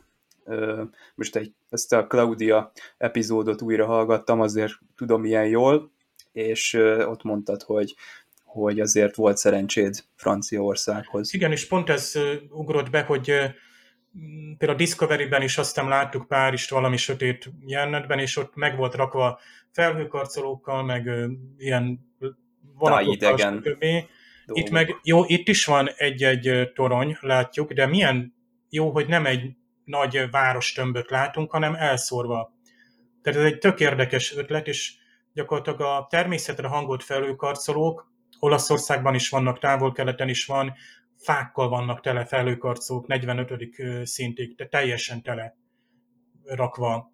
Most ezt a Claudia epizódot újra hallgattam, azért tudom ilyen jól. és ott mondtad, hogy azért volt szerencséd Franciaországhoz. Igen, és pont ez ugrott be, hogy például a Discovery-ben is aztán láttuk Párizst valami sötét jelenetben, és ott meg volt rakva felhőkarcolókkal, meg ilyen vonatokkal, stb. Itt meg, jó, itt is van egy-egy torony, látjuk, de milyen jó, hogy nem egy nagy várostömböt látunk, hanem elszórva. Tehát ez egy tök érdekes ötlet, és gyakorlatilag a természetre hangolt felhőkarcolók, Olaszországban is vannak, távol-keleten is van, fákkal vannak tele felhőkarcolók, 45. szintig, de teljesen tele rakva.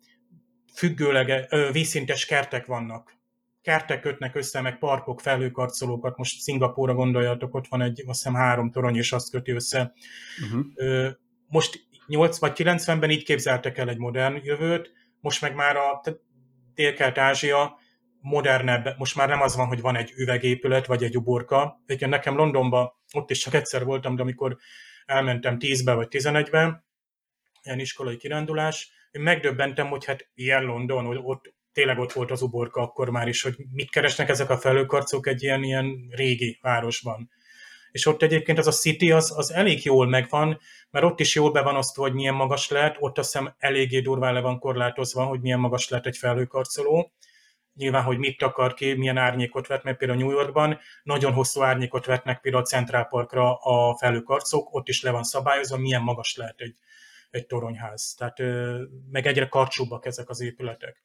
Vízszintes kertek vannak. Kertek kötnek össze, meg parkok, felhőkarcolókat. Most Szingapúra gondoljatok, ott van azt hiszem 3 torony, és azt köti össze. Most 8 vagy 90-ben így képzeltek el egy modern jövőt, most meg már a Dél-Kelet-Ázsia modernebb, most már nem az van, hogy van egy üvegépület, vagy egy uborka. Igen, nekem Londonban, ott is csak egyszer voltam, de amikor elmentem 10-be vagy 11-ben, ilyen iskolai kirándulás, én megdöbbentem, hogy hát ilyen London, hogy tényleg ott volt az uborka akkor már is, hogy mit keresnek ezek a felhőkarcolók egy ilyen régi városban. És ott egyébként az a City az elég jól megvan, mert ott is jól be van osztva, hogy milyen magas lehet, ott azt hiszem eléggé durván le van korlátozva, hogy milyen magas lehet egy felhőkarcoló. Nyilván, hogy mit akar ki, milyen árnyékot vet, mert például New Yorkban nagyon hosszú árnyékot vetnek például a Central Parkra a felhőkarcolók, ott is le van szabályozva, milyen magas lehet egy toronyház. Tehát meg egyre karcsúbbak ezek az épületek.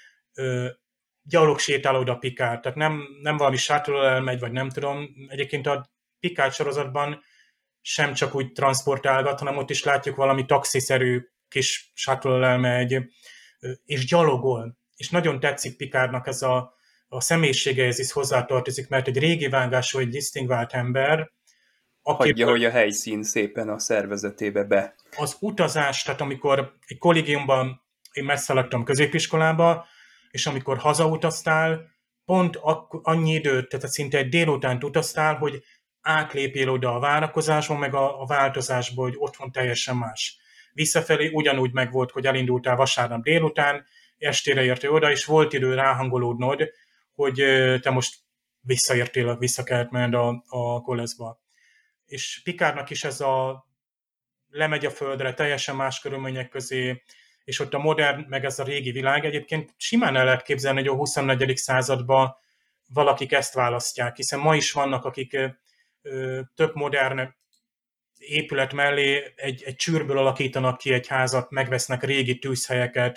Gyalog sétál oda Picard, tehát nem valami sátorral elmegy, vagy nem tudom. Egyébként a Picard sorozatban sem csak úgy transportálgat, hanem ott is látjuk valami taxiszerű kis sátorral elmegy, és gyalogol. És nagyon tetszik Picardnak ez a személyiségehez is hozzátartozik, mert egy régi vágású, egy disztingvált ember, hagyja, hogy a helyszín szépen a szervezetébe be. Az utazás, tehát amikor egy kollégiumban én megszaladtam középiskolába, és amikor hazautaztál, pont annyi időt, tehát szinte egy délutánt utaztál, hogy átlépjél oda a várakozásban, meg a változásból, hogy otthon teljesen más. Visszafelé ugyanúgy megvolt, hogy elindultál vasárnap délután, estére értél oda, és volt idő ráhangolódnod, hogy te most vissza kellett menned a koleszba. És Picardnak is ez lemegy a földre, teljesen más körülmények közé, és ott a modern, meg ez a régi világ egyébként simán el lehet képzelni, hogy a 24. században valakik ezt választják, hiszen ma is vannak, akik több modern épület mellé egy csűrből alakítanak ki egy házat, megvesznek régi tűzhelyeket,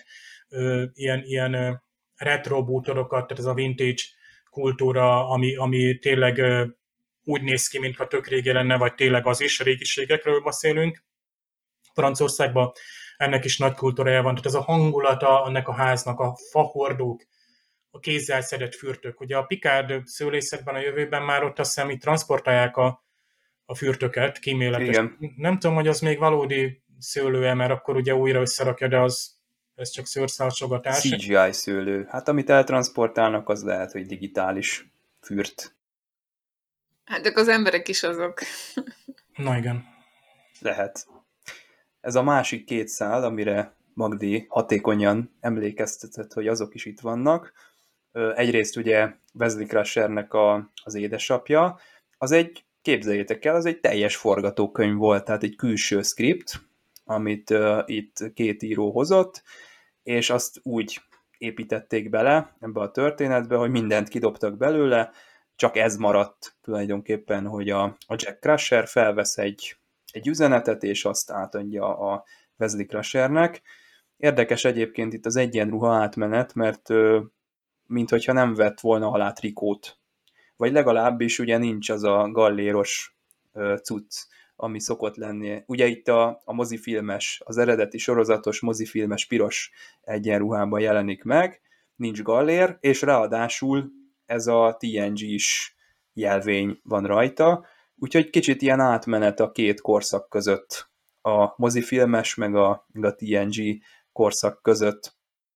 ilyen retro bútorokat, tehát ez a vintage kultúra, ami tényleg úgy néz ki, mintha tök régi lenne, vagy tényleg az is, régiségekről beszélünk. Franciaországban ennek is nagy kultúrája van, tehát ez a hangulata ennek a háznak, a fahordók, a kézzel szedett fürtök. Ugye a Picard szőlészetben a jövőben már ott azt hiszem, így transportálják a fürtöket, kíméletesen. Nem tudom, hogy az még valódi szőlő-e, mert akkor ugye újra összerakja, de ez csak szőrszálcsogatás. CGI szőlő. Hát amit eltransportálnak, az lehet, hogy digitális fürt. Hát de az emberek is azok. Na igen. Lehet. Ez a másik 2 szál, amire Magdi hatékonyan emlékeztetett, hogy azok is itt vannak. Egyrészt ugye Wesley Crushernek az édesapja, képzeljétek el, az egy teljes forgatókönyv volt, tehát egy külső szkript, amit itt 2 író hozott, és azt úgy építették bele ebbe a történetbe, hogy mindent kidobtak belőle, csak ez maradt tulajdonképpen, hogy a Jack Crusher felvesz egy üzenetet, és azt átadja a Wesley Crushernek. Érdekes egyébként itt az egyenruha átmenet, mert minthogyha nem vett volna alá trikót. Vagy legalábbis ugye nincs az a galléros cucc, ami szokott lenni. Ugye itt a mozifilmes, az eredeti sorozatos mozifilmes piros egyenruhában jelenik meg, nincs gallér, és ráadásul ez a TNG-s jelvény van rajta, úgyhogy kicsit ilyen átmenet a 2 korszak között, a mozifilmes meg a TNG korszak között.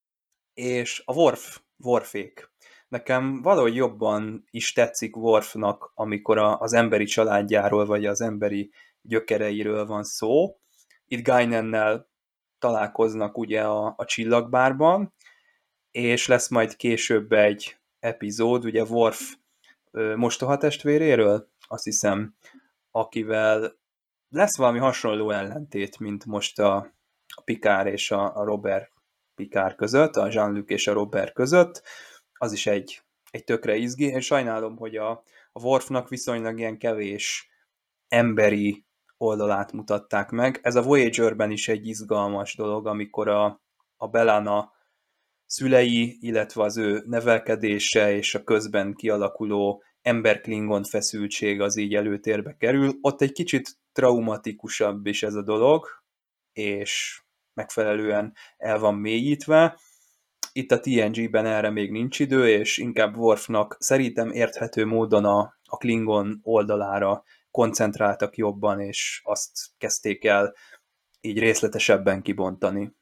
És a Worfék. Nekem valahogy jobban is tetszik Worfnak, amikor az emberi családjáról, vagy az emberi gyökereiről van szó. Itt Guinannel találkoznak ugye a csillagbárban, és lesz majd később egy epizód, ugye Worf mostoha testvéréről, azt hiszem, akivel lesz valami hasonló ellentét, mint most a Picard és a Robert Picard között, a Jean-Luc és a Robert között, az is egy tökre izgi. Én sajnálom, hogy a Worfnak viszonylag ilyen kevés emberi oldalát mutatták meg. Ez a Voyager-ben is egy izgalmas dolog, amikor a B'Elanna szülei, illetve az ő nevelkedése és a közben kialakuló ember-klingon feszültség az így előtérbe kerül. Ott egy kicsit traumatikusabb is ez a dolog, és megfelelően el van mélyítve. Itt a TNG-ben erre még nincs idő, és inkább Worfnak szerintem érthető módon a Klingon oldalára koncentráltak jobban, és azt kezdték el így részletesebben kibontani.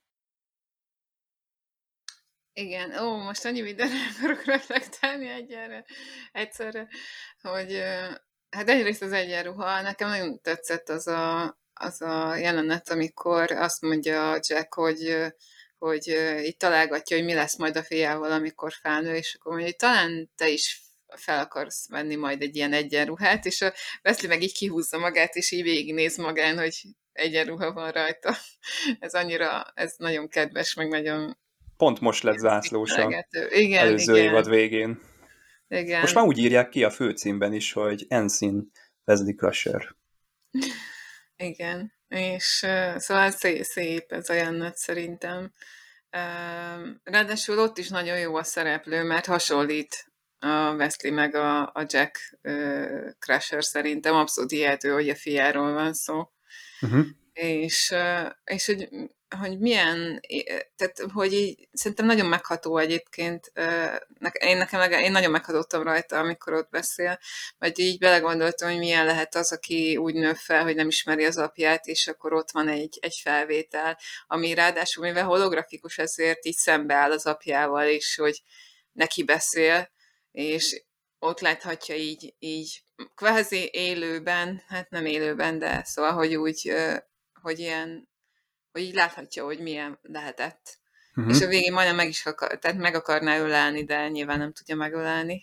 Igen, most annyi mindenre akarok reflektálni egyszerre, hogy hát egyrészt az egyenruha, nekem nagyon tetszett az a jelenet, amikor azt mondja Jack, hogy itt találgatja, hogy mi lesz majd a fiával, amikor felnő, és akkor mondja, hogy talán te is fel akarsz venni majd egy ilyen egyenruhát, és a Wesley meg így kihúzza magát, és így végignéz magán, hogy egyenruha van rajta. Ez nagyon kedves, meg nagyon Pont most lett zászlós igen, előző évad végén. Igen. Most már úgy írják ki a főcímben is, hogy Ensign Wesley Crusher. Igen, és szóval szép ez a jelenet szerintem. Ráadásul ott is nagyon jó a szereplő, mert hasonlít a Wesley meg a Jack Crusher szerintem. Abszolút hihető, hogy a fiáról van szó. Uh-huh. És hogy milyen, tehát hogy így, szerintem nagyon megható egyébként, én nagyon meghatottam rajta, amikor ott beszél, vagy így belegondoltam, hogy milyen lehet az, aki úgy nő fel, hogy nem ismeri az apját, és akkor ott van egy felvétel, ami ráadásul, mivel holografikus, ezért így szembeáll az apjával, és hogy neki beszél, és ott láthatja így kvázi élőben, hát nem élőben, de szóval, hogy úgy, hogy ilyen, hogy így láthatja, hogy milyen lehetett. Uh-huh. És a végén majdnem meg akarná ölelni, de nyilván nem tudja megölelni.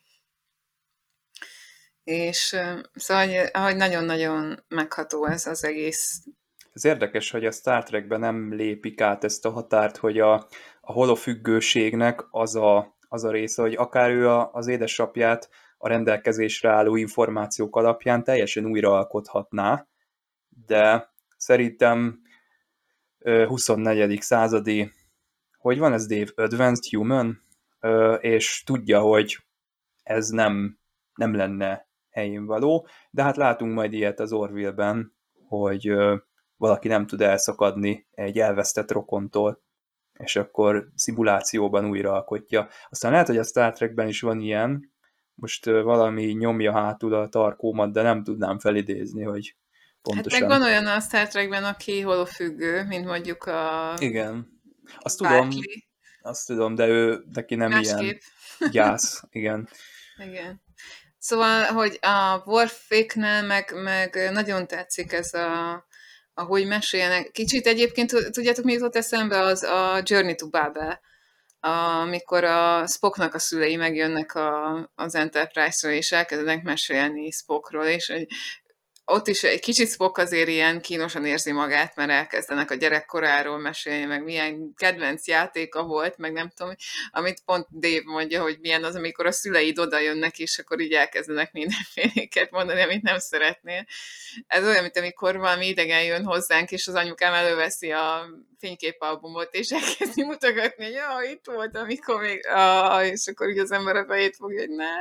És szóval, ahogy nagyon-nagyon megható ez az egész. Ez érdekes, hogy a Star Trekben nem lépik át ezt a határt, hogy a holofüggőségnek az a része, hogy akár ő az édesapját a rendelkezésre álló információk alapján teljesen újraalkothatná, de szerintem 24. századi, hogy van ez, Dave? Advanced Human? És tudja, hogy ez nem lenne helyén való, de hát látunk majd ilyet az Orville-ben, hogy valaki nem tud elszakadni egy elvesztett rokontól, és akkor szimulációban újraalkotja. Aztán lehet, hogy a Star Trekben is van ilyen, most valami nyomja hátul a tarkómat, de nem tudnám felidézni, hogy pontosan. Hát meg van olyan a Star Trekben, aki holofüggő, mint mondjuk a... Igen. Azt tudom, de neki nem másképp. Ilyen gyász. Igen. Igen. Szóval, hogy a Worféknál meg nagyon tetszik ez ahogy meséljenek. Kicsit egyébként, tudjátok, mi jutott eszembe? Az a Journey to Babel, amikor a Spocknak a szülei megjönnek az Enterprise-ról, és elkezdenek mesélni Spockról, és ott is egy kicsit Spock azért ilyen kínosan érzi magát, mert elkezdenek a gyerekkoráról mesélni, meg milyen kedvenc játéka volt, meg nem tudom, amit pont Dave mondja, hogy milyen az, amikor a szüleid oda jönnek, és akkor így elkezdenek mindenféléket mondani, amit nem szeretnél. Ez olyan, mint amikor valami idegen jön hozzánk, és az anyukám előveszi a fényképalbumot, és elkezdi mutogatni, hogy ja, itt volt, amikor még... és akkor így az ember a fejét fogja, hogy ne.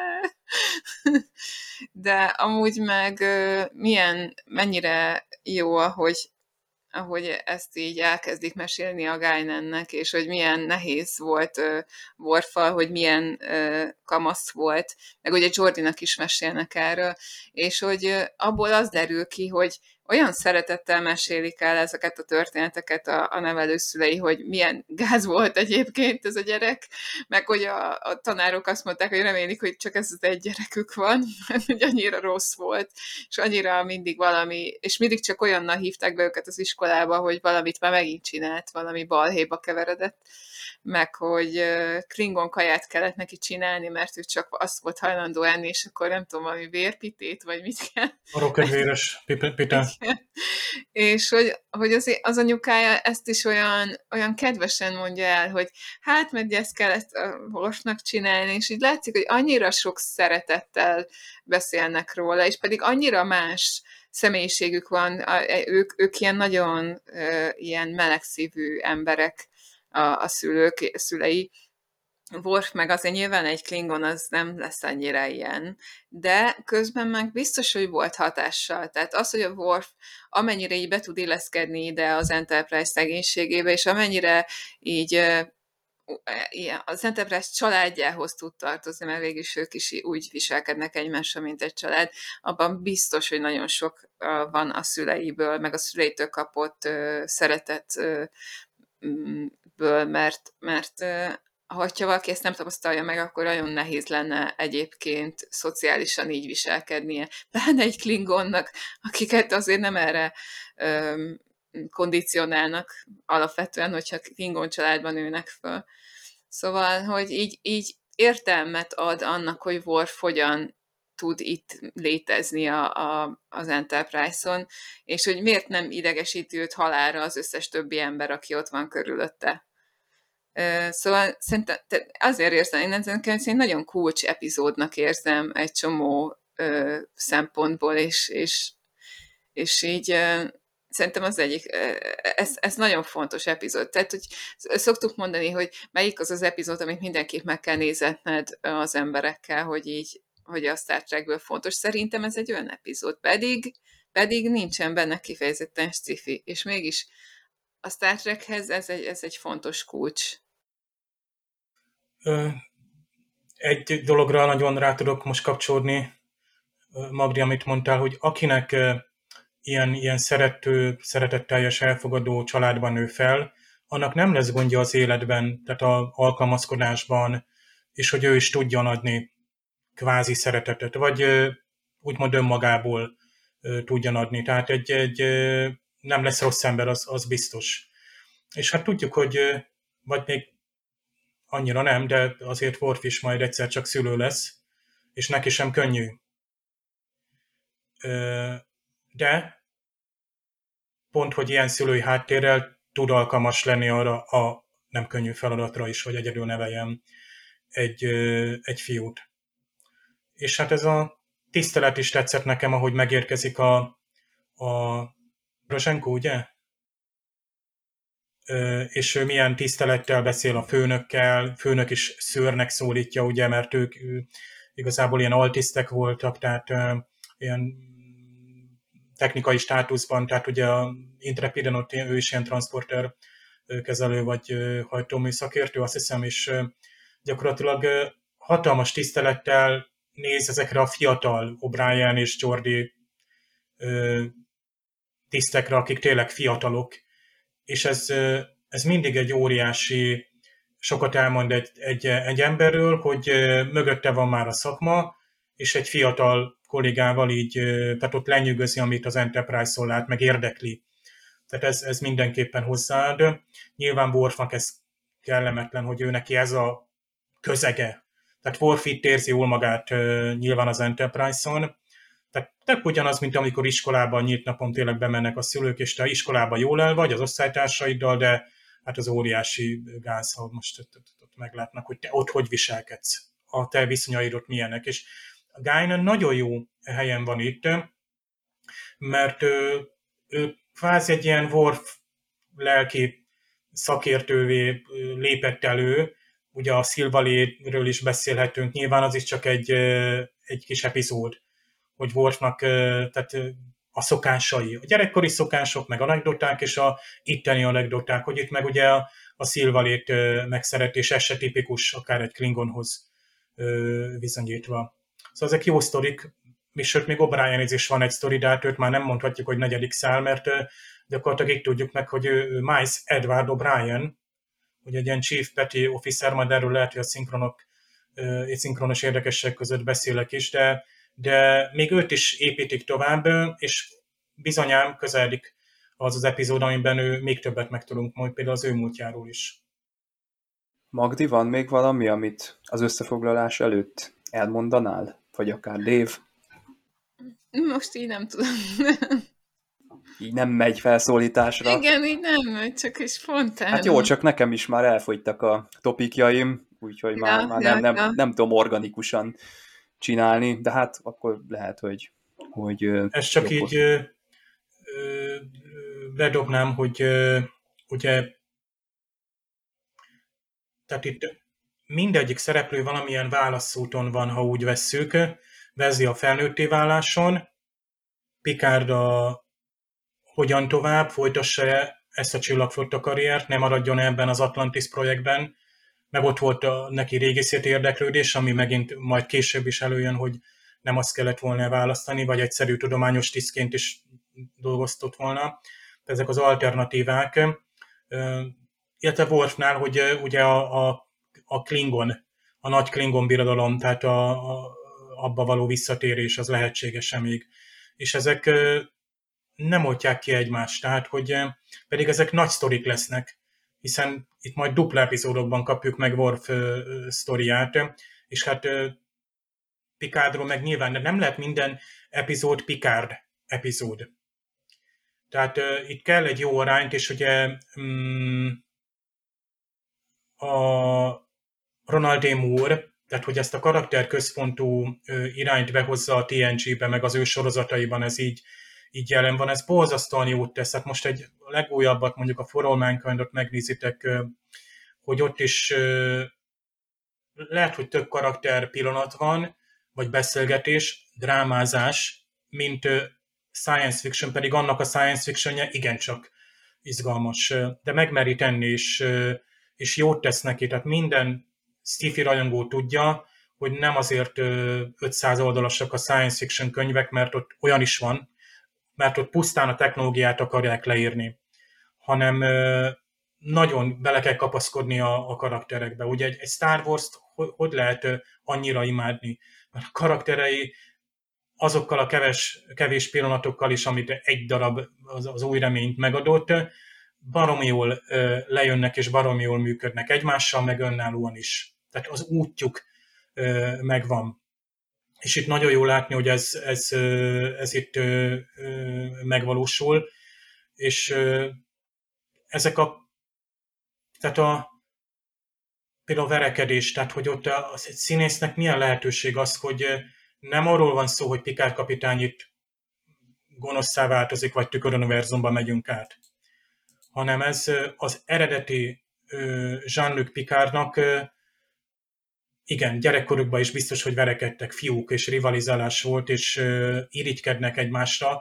De amúgy meg mennyire jó, ahogy ezt így elkezdik mesélni a Guinannek, és hogy milyen nehéz volt Worffal, hogy milyen kamasz volt, meg ugye Jordinak is mesélnek erről, és hogy abból az derül ki, hogy olyan szeretettel mesélik el ezeket a történeteket a nevelőszülei, hogy milyen gáz volt egyébként ez a gyerek, meg hogy a tanárok azt mondták, hogy remélik, hogy csak ez az egy gyerekük van, mert hogy annyira rossz volt, és annyira mindig valami, és mindig csak olyannal hívták be őket az iskolába, hogy valamit már megint csinált, valami balhéba keveredett. meg hogy klingon kaját kellett neki csinálni, mert ő csak azt volt hajlandó enni, és akkor nem tudom, valami vérpitét, vagy mit kell. Marokkönyvéres pite. És hogy az anyukája ezt is olyan kedvesen mondja el, hogy hát, mert ezt kellett a Worfnak csinálni, és így látszik, hogy annyira sok szeretettel beszélnek róla, és pedig annyira más személyiségük van, ők ilyen nagyon ilyen melegszívű emberek, a szülei. Worf meg azért nyilván egy Klingon az nem lesz annyira ilyen, de közben meg biztos, hogy volt hatással. Tehát az, hogy a Worf amennyire így be tud illeszkedni ide az Enterprise szegénységébe, és amennyire így az Enterprise családjához tud tartozni, mert végülis ők is úgy viselkednek egymással, mint egy család, abban biztos, hogy nagyon sok van a szüleiből, meg a szüleitől kapott szeretetből, mert hogyha valaki ezt nem tapasztalja meg, akkor nagyon nehéz lenne egyébként szociálisan így viselkednie. Pláne egy Klingonnak, akiket azért nem erre kondicionálnak alapvetően, hogyha Klingon családban nőnek föl. Szóval, hogy így értelmet ad annak, hogy Worf hogyan tud itt létezni az Enterprise-on, és hogy miért nem idegesíti őt halálra az összes többi ember, aki ott van körülötte. Szóval szerintem azért érzem, én nagyon kulcs epizódnak érzem egy csomó szempontból, és így szerintem az egyik, ez nagyon fontos epizód. Tehát, hogy szoktuk mondani, hogy melyik az epizód, amit mindenképp meg kell nézetned az emberekkel, hogy a Star Trekből fontos. Szerintem ez egy olyan epizód, pedig nincsen benne kifejezetten sci-fi, és mégis a Star Trekhez ez egy fontos kulcs. Egy dologra nagyon rá tudok most kapcsolódni, Magdi, amit mondtál, hogy akinek ilyen szeretetteljes, elfogadó családban nő fel, annak nem lesz gondja az életben, tehát az alkalmazkodásban, és hogy ő is tudjon adni kvázi szeretetet, vagy úgymond önmagából tudjon adni. Tehát egy nem lesz rossz ember, az biztos. És hát tudjuk, hogy vagy még annyira nem, de azért Worf is majd egyszer csak szülő lesz, és neki sem könnyű. De pont, hogy ilyen szülői háttérrel tud alkalmas lenni arra a nem könnyű feladatra is, hogy egyedül neveljem egy fiút. És hát ez a tisztelet is tetszett nekem, ahogy megérkezik a Rozsenko, ugye? És ő milyen tisztelettel beszél a főnökkel, főnök is szőrnek szólítja, ugye, mert ők igazából ilyen altisztek voltak, tehát ilyen technikai státuszban, tehát ugye a Intrepiden ott ő is ilyen transporter kezelő vagy hajtómű szakértő, azt hiszem, és gyakorlatilag hatalmas tisztelettel néz ezekre a fiatal O'Brien és Geordi tisztekre, akik tényleg fiatalok, és ez mindig egy óriási, sokat elmond egy emberről, hogy mögötte van már a szakma, és egy fiatal kollégával így, tehát ott lenyűgözi, amit az Enterprise-on lát, meg érdekli. Tehát ez mindenképpen hozzáad. Nyilván Worfnak ez kellemetlen, hogy ő neki ez a közege. Tehát Worf itt érzi jól magát nyilván az Enterprise-on. Tehát ugyanaz, mint amikor iskolában nyílt napon tényleg bemennek a szülők, és te iskolában jól el vagy az osztálytársaiddal, de hát az óriási gáz, ha most ott meglátnak, hogy te ott hogy viselkedsz, a te viszonyaid ott milyenek. És a Guinan nagyon jó helyen van itt, mert ő kvázi egy ilyen Worf lelki szakértővé lépett elő, ugye a Silvaléről is beszélhetünk, nyilván az is csak egy kis epizód, hogy Worfnak tehát a szokásai, a gyerekkori szokások, meg anekdoták, és a itteni anekdoták, hogy itt meg ugye a Silvalét megszeretés, ez se tipikus, akár egy Klingonhoz viszonyítva. Szóval ezek jó sztorik, sőt, még O'Brien is van egy sztori, de hát őt már nem mondhatjuk, hogy negyedik szál, mert gyakorlatilag így tudjuk meg, hogy ő Miles Edward O'Brien, hogy egy ilyen Chief Petty Officer, majd erről lehet, hogy a szinkronos érdekesség között beszélek is, de még őt is építik tovább, és bizonyám közeledik az epizód, amiben ő még többet megtudunk majd például az ő múltjáról is. Magdi, van még valami, amit az összefoglalás előtt elmondanál? Vagy akár Dave? Most így nem tudom. Így nem megy felszólításra. Igen, így nem, csak is spontán. Hát jó, csak nekem is már elfogytak a topikjaim, úgyhogy már nem tudom organikusan csinálni, de hát akkor lehet, hogy ezt csak így bedobnám, hogy ugye tehát itt mindegyik szereplő valamilyen válaszúton van, ha úgy vesszük. Wesley a felnőtté váláson, Picard hogyan tovább, folytassa ezt a csillagflotta karriert, ne maradjon ebben az Atlantis projektben, meg ott volt neki régészeti érdeklődés, ami megint majd később is előjön, hogy nem azt kellett volna választani, vagy egyszerű tudományos tisztként is dolgoztott volna. Ezek az alternatívák. Illetve Worfnál, hogy ugye a Klingon, a nagy Klingon birodalom, tehát abba való visszatérés az lehetséges még. És ezek nem oltják ki egymást, tehát hogy pedig ezek nagy sztorik lesznek, hiszen itt majd dupla epizódokban kapjuk meg Worf sztoriát, és hát Picardról meg nyilván, de nem lehet minden epizód Picard epizód. Tehát itt kell egy jó arányt, és ugye a Ronald D. Moore, tehát hogy ezt a karakterközpontú irányt behozza a TNG-be, meg az ő sorozataiban ez így jelen van, ez borzasztóan jót tesz. Hát most egy legújabbat, mondjuk a For All Mankind-ot megnézitek, hogy ott is lehet, hogy több karakter pillanat van, vagy beszélgetés, drámázás, mint science fiction, pedig annak a science fictionje igencsak izgalmas, de megmeri tenni, és jót tesz neki. Tehát minden sci-fi rajongó tudja, hogy nem azért 500 oldalasak a science fiction könyvek, mert ott olyan is van, mert ott pusztán a technológiát akarják leírni, hanem nagyon bele kell kapaszkodni a karakterekbe. Ugye egy Star Wars-t hogy lehet annyira imádni? Mert a karakterei azokkal a kevés pillanatokkal is, amit egy darab az új reményt megadott, baromi jól lejönnek és baromi jól működnek egymással, meg önállóan is. Tehát az útjuk megvan. És itt nagyon jó látni, hogy ez itt megvalósul, és ezek például a verekedés, tehát hogy ott a színésznek milyen lehetőség az, hogy nem arról van szó, hogy Picard kapitány itt gonoszszá változik, vagy tüköruniverzumba megyünk át, hanem ez az eredeti Jean-Luc Picardnak igen, gyerekkorukban is biztos, hogy verekedtek fiúk, és rivalizálás volt, és irigykednek egymásra,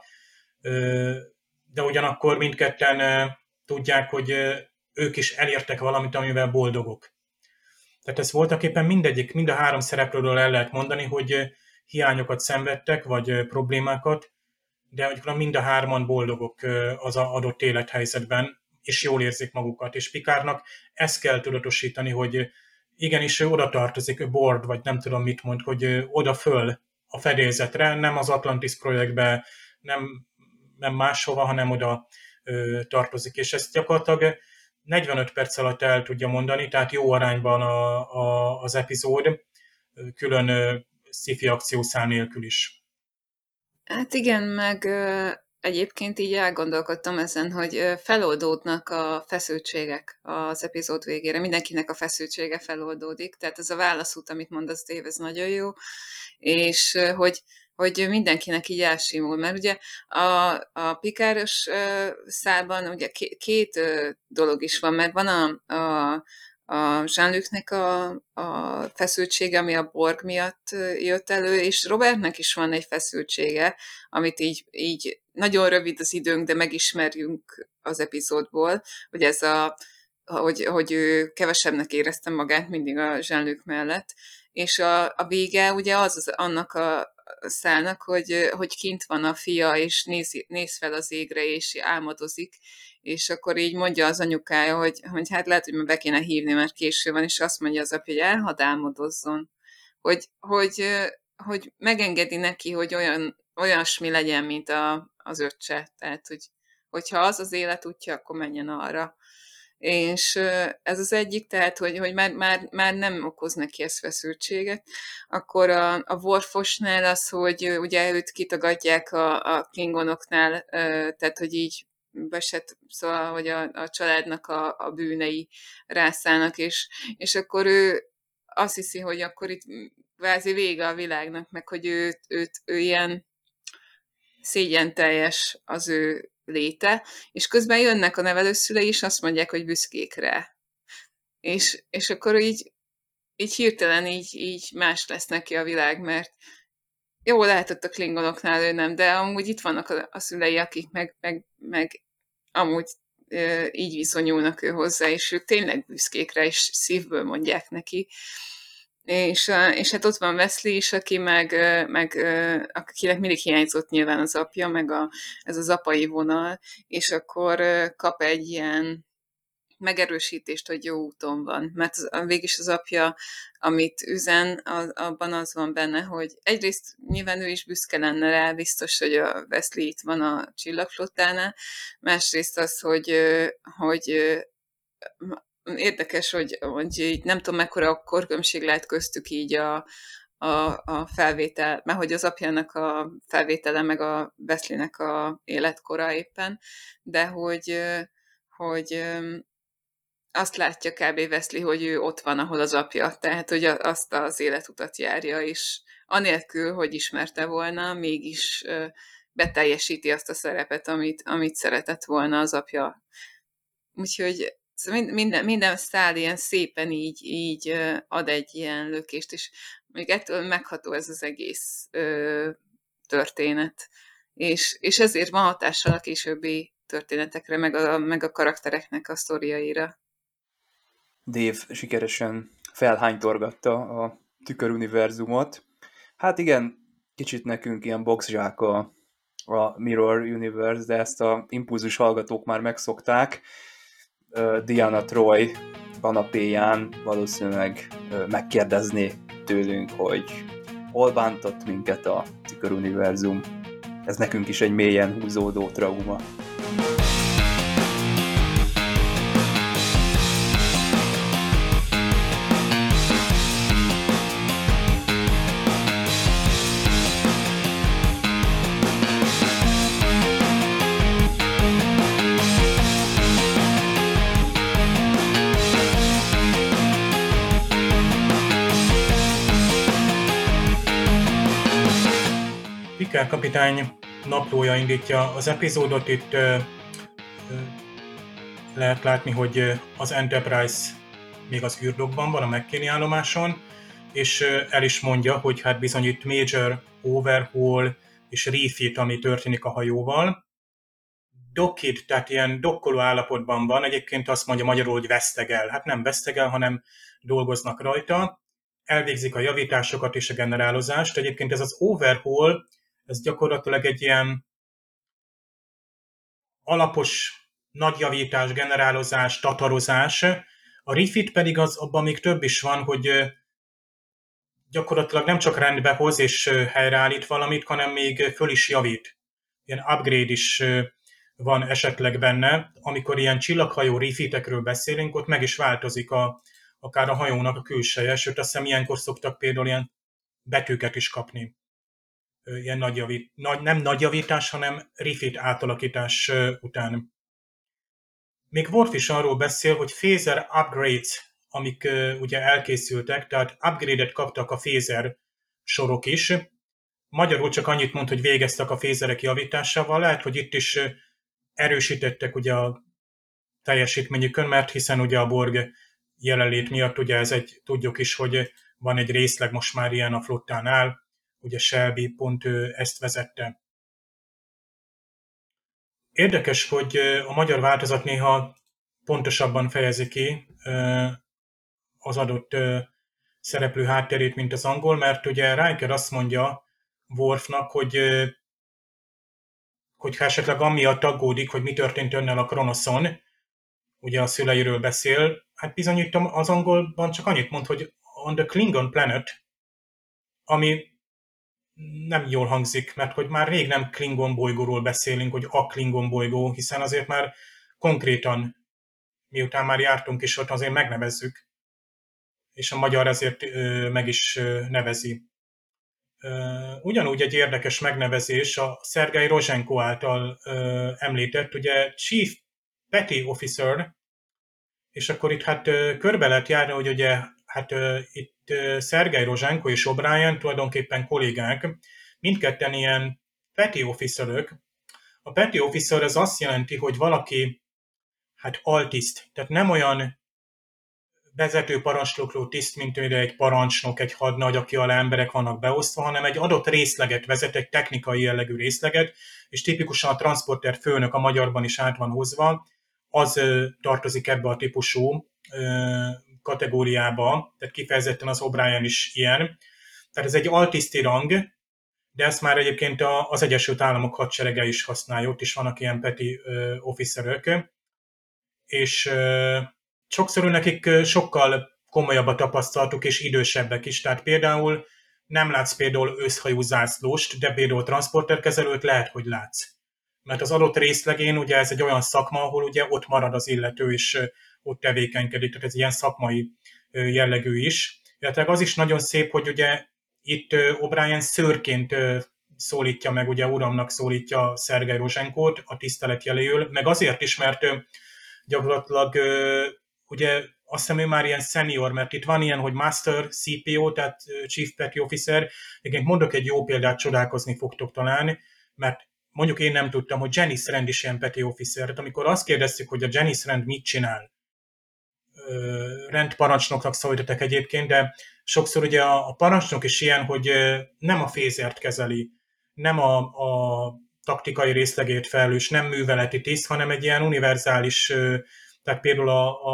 de ugyanakkor mindketten tudják, hogy ők is elértek valamit, amivel boldogok. Tehát ez voltaképpen mind a három szereplőről el lehet mondani, hogy hiányokat szenvedtek, vagy problémákat, de mind a hárman boldogok az adott élethelyzetben, és jól érzik magukat. És Picardnak ezt kell tudatosítani, hogy igenis ő oda tartozik, ő board, vagy nem tudom mit mond, hogy oda föl a fedélzetre, nem az Atlantis projektbe, nem máshova, hanem oda tartozik. És ezt gyakorlatilag 45 perc alatt el tudja mondani, tehát jó arányban az epizód, külön sci-fi akciószál nélkül is. Hát igen, meg egyébként így elgondolkodtam ezen, hogy feloldódnak a feszültségek az epizód végére. Mindenkinek a feszültsége feloldódik, tehát ez a válaszút, amit mondasz, Dave, ez nagyon jó, és hogy mindenkinek így elsimul, mert ugye a Picard-os szálban ugye két dolog is van, mert van a Jean-Lucnek a feszültsége, ami a Borg miatt jött elő, és Robertnek is van egy feszültsége, amit így nagyon rövid az időnk, de megismerjünk az epizódból, hogy ez hogy ő kevesebbnek érezte magát mindig a Jean-Luc mellett, és a vége ugye annak a szálnak, hogy kint van a fia, és néz fel az égre, és álmodozik, és akkor így mondja az anyukája, hogy hát lehet, hogy már be kéne hívni, mert késő van, és azt mondja az apja, hogy elhadd álmodozzon. Hogy megengedi neki, hogy olyasmi legyen, mint az öccse. Tehát, hogyha az az életútja, akkor menjen arra. És ez az egyik, tehát, hogy már nem okoz neki ezt feszültséget. Akkor a Worfosnál az, hogy ugye őt kitagadják a klingonoknál, tehát, hogy így besett, szóval, hogy a családnak a bűnei rászállnak, és akkor ő azt hiszi, hogy akkor itt kvázi vége a világnak, meg hogy ő ilyen szégyenteljes az ő léte, és közben jönnek a nevelőszülei, és azt mondják, hogy büszkék rá. És akkor így hirtelen így más lesz neki a világ, mert jó, lehet ott a klingonoknál ő nem, de amúgy itt vannak a szülei, akik meg amúgy így viszonyulnak ő hozzá, és ők tényleg büszkék rá, és szívből mondják neki. És hát ott van Wesley is, aki akinek mindig hiányzott nyilván az apja, meg ez az apai vonal, és akkor kap egy ilyen megerősítést, hogy jó úton van. Mert végülis az apja, amit üzen, abban az van benne, hogy egyrészt nyilván ő is büszke lenne rá, biztos, hogy a Wesley itt van a csillagflottánál, másrészt az, hogy érdekes, hogy így nem tudom, mekkora a korkülönbség lehet köztük így a felvétel, mert hogy az apjának a felvétele, meg a Wesleynek a életkora éppen, de hogy azt látja kb. Wesley, hogy ő ott van, ahol az apja, tehát hogy azt az életutat járja, és anélkül, hogy ismerte volna, mégis beteljesíti azt a szerepet, amit szeretett volna az apja. Úgyhogy minden szál ilyen szépen így ad egy ilyen lökést, és még ettől megható ez az egész történet. És ezért van hatással a későbbi történetekre, meg a karaktereknek a sztoriaira. Dave sikeresen felhánytorgatta a tüköruniverzumot. Hát igen, kicsit nekünk ilyen boxzsák a Mirror Universe, de ezt a impulzus hallgatók már megszokták. Diana Troy kanapéján valószínűleg megkérdezné tőlünk, hogy hol bántott minket a tüköruniverzum. Ez nekünk is egy mélyen húzódó trauma. Picard kapitány naplója indítja az epizódot. Itt lehet látni, hogy az Enterprise még az űrdokban van, a McKinney állomáson, és el is mondja, hogy hát bizony itt major overhaul és refit, ami történik a hajóval. Dockit, tehát ilyen dokkoló állapotban van, egyébként azt mondja magyarul, hogy vesztegel. Hát nem vesztegel, hanem dolgoznak rajta, elvégzik a javításokat és a generálozást. Egyébként ez az overhaul, ez gyakorlatilag egy ilyen alapos nagyjavítás, generálozás, tatarozás. A refit pedig abban még több is van, hogy gyakorlatilag nem csak rendbe hoz és helyreállít valamit, hanem még föl is javít. Ilyen upgrade is van esetleg benne. Amikor ilyen csillaghajó refitekről beszélünk, ott meg is változik akár a hajónak a külseje, sőt azt hiszem ilyenkor szoktak például ilyen betűket is kapni. Ilyen nem nagy javítás, hanem refit átalakítás után. Még Worf is arról beszél, hogy phaser upgrades, amik ugye elkészültek, tehát upgrade-et kaptak a phaser sorok is. Magyarul csak annyit mond, hogy végeztek a phaserek javításával. Lehet, hogy itt is erősítettek ugye a teljesítményükön, mert hiszen ugye a Borg jelenlét miatt ugye tudjuk is, hogy van egy részleg most már ilyen a flottánál, ugye Shelby pont ezt vezette. Érdekes, hogy a magyar változat néha pontosabban fejezi ki az adott szereplő hátterét, mint az angol, mert ugye Riker azt mondja Worfnak, hogy ha esetleg amiatt aggódik, hogy mi történt önnel a Kronoszon, ugye a szüleiről beszél, hát bizony itt az angolban csak annyit mond, hogy on the Klingon planet, ami nem jól hangzik, mert hogy már rég nem Klingon bolygóról beszélünk, hogy a Klingon bolygó, hiszen azért már konkrétan miután már jártunk is ott, azért megnevezzük, és a magyar ezért meg is nevezi. Ugyanúgy egy érdekes megnevezés a Szergej Rozsenko által említett, ugye Chief Petty Officer, és akkor itt hát körbe lehet járni, hogy ugye hát itt Szergej Rozsenko és O'Brien tulajdonképpen kollégák, mindketten ilyen petty officerök. A petty officer az azt jelenti, hogy valaki hát altiszt, tehát nem olyan vezető parancsnokló tiszt, mint egy parancsnok, egy hadnagy, aki alá emberek vannak beosztva, hanem egy adott részleget vezet, egy technikai jellegű részleget, és tipikusan a transporter főnök a magyarban is át van hozva, az tartozik ebbe a típusú kategóriába, tehát kifejezetten az O'Brien is ilyen. Tehát ez egy altiszti rang, de ezt már egyébként az Egyesült Államok hadserege is használja, ott is vannak ilyen petty officerök, és sokszor nekik sokkal komolyabb a tapasztalatuk, és idősebbek is. Tehát például nem látsz például őszhajú zászlóst, de például transporterkezelőt lehet, hogy látsz. Mert az adott részlegén ugye ez egy olyan szakma, ahol ugye ott marad az illető, és ott tevékenykedik, tehát ez ilyen szakmai jellegű is. Illetve az is nagyon szép, hogy ugye itt O'Brien szőrként szólítja meg, ugye uramnak szólítja Szergej Rozsenkót a tisztelet jeléül, meg azért is, mert gyakorlatilag ugye azt hiszem ő már ilyen senior, mert itt van ilyen, hogy Master CPO, tehát Chief Petty Officer. Igen, mondok egy jó példát, csodálkozni fogtok talán, mert mondjuk én nem tudtam, hogy Janice Rand is ilyen Petty Officer. Tehát amikor azt kérdeztük, hogy a Janice Rand mit csinál, rendparancsnoknak szólítottak egyébként, de sokszor ugye a parancsnok is ilyen, hogy nem a fézert kezeli, nem a taktikai részlegét felelős, nem műveleti tiszt, hanem egy ilyen univerzális, tehát például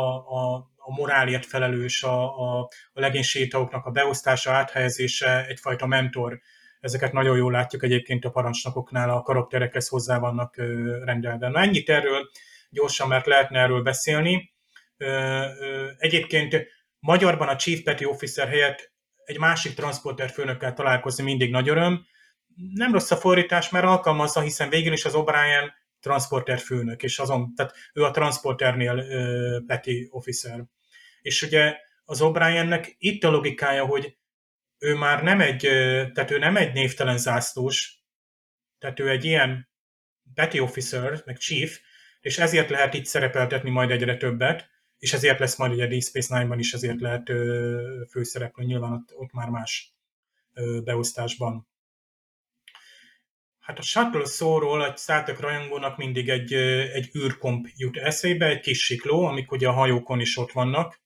a morálért felelős, a legénységtagoknak a beosztása, áthelyezése, egyfajta mentor. Ezeket nagyon jól látjuk egyébként a parancsnokoknál, a karakterekhez hozzá vannak rendelve. Na ennyit erről gyorsan, mert lehetne erről beszélni. Egyébként magyarban a Chief Petty Officer helyett egy másik transporter főnökkel találkozni mindig nagy öröm. Nem rossz a fordítás, mert alkalmazza, hiszen végül is az O'Brien transporter főnök, és tehát ő a transporternél Petty Officer. És ugye az O'Briennek itt a logikája, hogy ő már tehát ő nem egy névtelen zászlós, tehát ő egy ilyen Petty Officer, meg Chief, és ezért lehet itt szerepeltetni majd egyre többet, és ezért lesz majd ugye Deep Space Nine-ban is ezért lehet főszereplő, nyilván ott már más beosztásban. Hát a shuttle szóról egy Star Trek rajongónak mindig egy űrkomp jut eszébe, egy kis sikló, amik ugye a hajókon is ott vannak.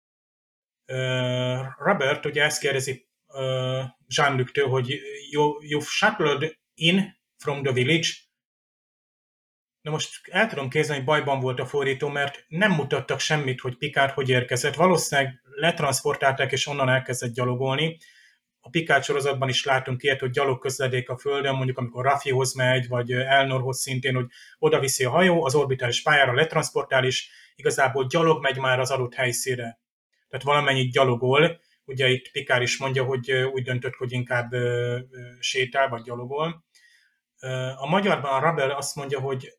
Robert ugye ezt kérdezi Jean-Luc-től, hogy you've shuttled in from the village. Na most el tudom képzelni, hogy bajban volt a fordító, mert nem mutattak semmit, hogy Picard hogy érkezett. Valószínűleg letranszportálták, és onnan elkezdett gyalogolni. A Picard sorozatban is látunk ilyet, hogy gyalogközledék a Földön, mondjuk amikor Raffihoz megy, vagy Elnorhoz szintén, hogy oda viszi a hajó, az orbitális pályára letranszportál, és igazából gyalog megy már az adott helyszínre. Tehát valamennyit gyalogol. Ugye itt Picard is mondja, hogy úgy döntött, hogy inkább sétál, vagy gyalogol. A magyarban a Rabel azt mondja, hogy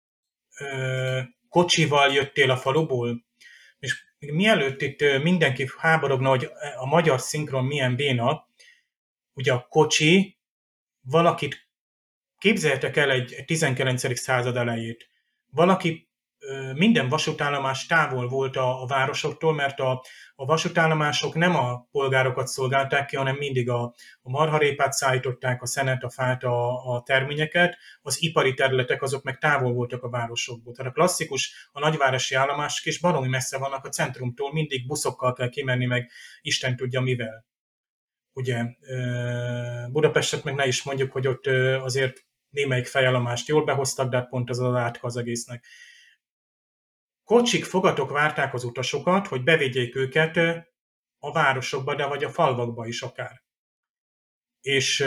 kocsival jöttél a faluból, és mielőtt itt mindenki háborogna, hogy a magyar szinkron milyen béna, ugye a kocsi, valakit, képzeljetek el egy 19. század elejét, valaki, minden vasútállomás távol volt a városoktól, mert a vasútállomások nem a polgárokat szolgálták ki, hanem mindig a marharépát szállították, a szenet, a fát, a terményeket, az ipari területek azok meg távol voltak a városokból. Tehát a klasszikus, a nagyvárosi állomások is baromi messze vannak a centrumtól, mindig buszokkal kell kimenni, meg Isten tudja mivel. Ugye Budapestet meg ne is mondjuk, hogy ott azért némelyik fejállomást jól behoztak, de pont az átka az egésznek. Kocsik, fogatok várták az utasokat, hogy bevigyék őket a városokba, de vagy a falvakba is akár. És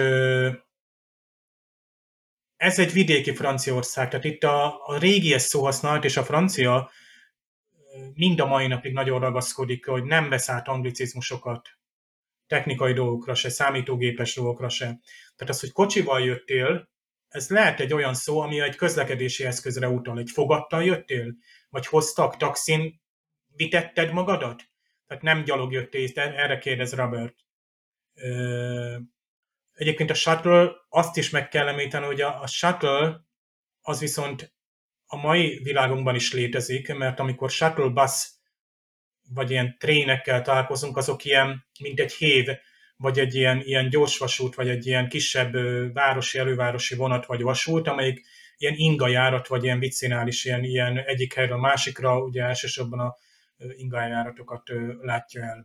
ez egy vidéki Franciaország, tehát itt a régies szóhasználat és a francia mind a mai napig nagyon ragaszkodik, hogy nem vesz át anglicizmusokat, technikai dolgokra se, számítógépes dolgokra se. Tehát az, hogy kocsival jöttél, ez lehet egy olyan szó, ami egy közlekedési eszközre utal. Egy fogattal jöttél, vagy hoztak taxin, vitetted magadat? Tehát nem gyalog jöttél, erre kérdez Robert. Egyébként a shuttle, azt is meg kell említeni, hogy a shuttle az viszont a mai világunkban is létezik, mert amikor shuttle bus vagy ilyen trénekkel találkozunk, azok ilyen, mint egy hév, vagy egy ilyen gyorsvasút, vagy egy ilyen kisebb városi, elővárosi vonat, vagy vasút, amelyik ilyen ingajárat, vagy ilyen bicinális, ilyen egyik helyről a másikra, ugye elsősorban a ingajáratokat látja el.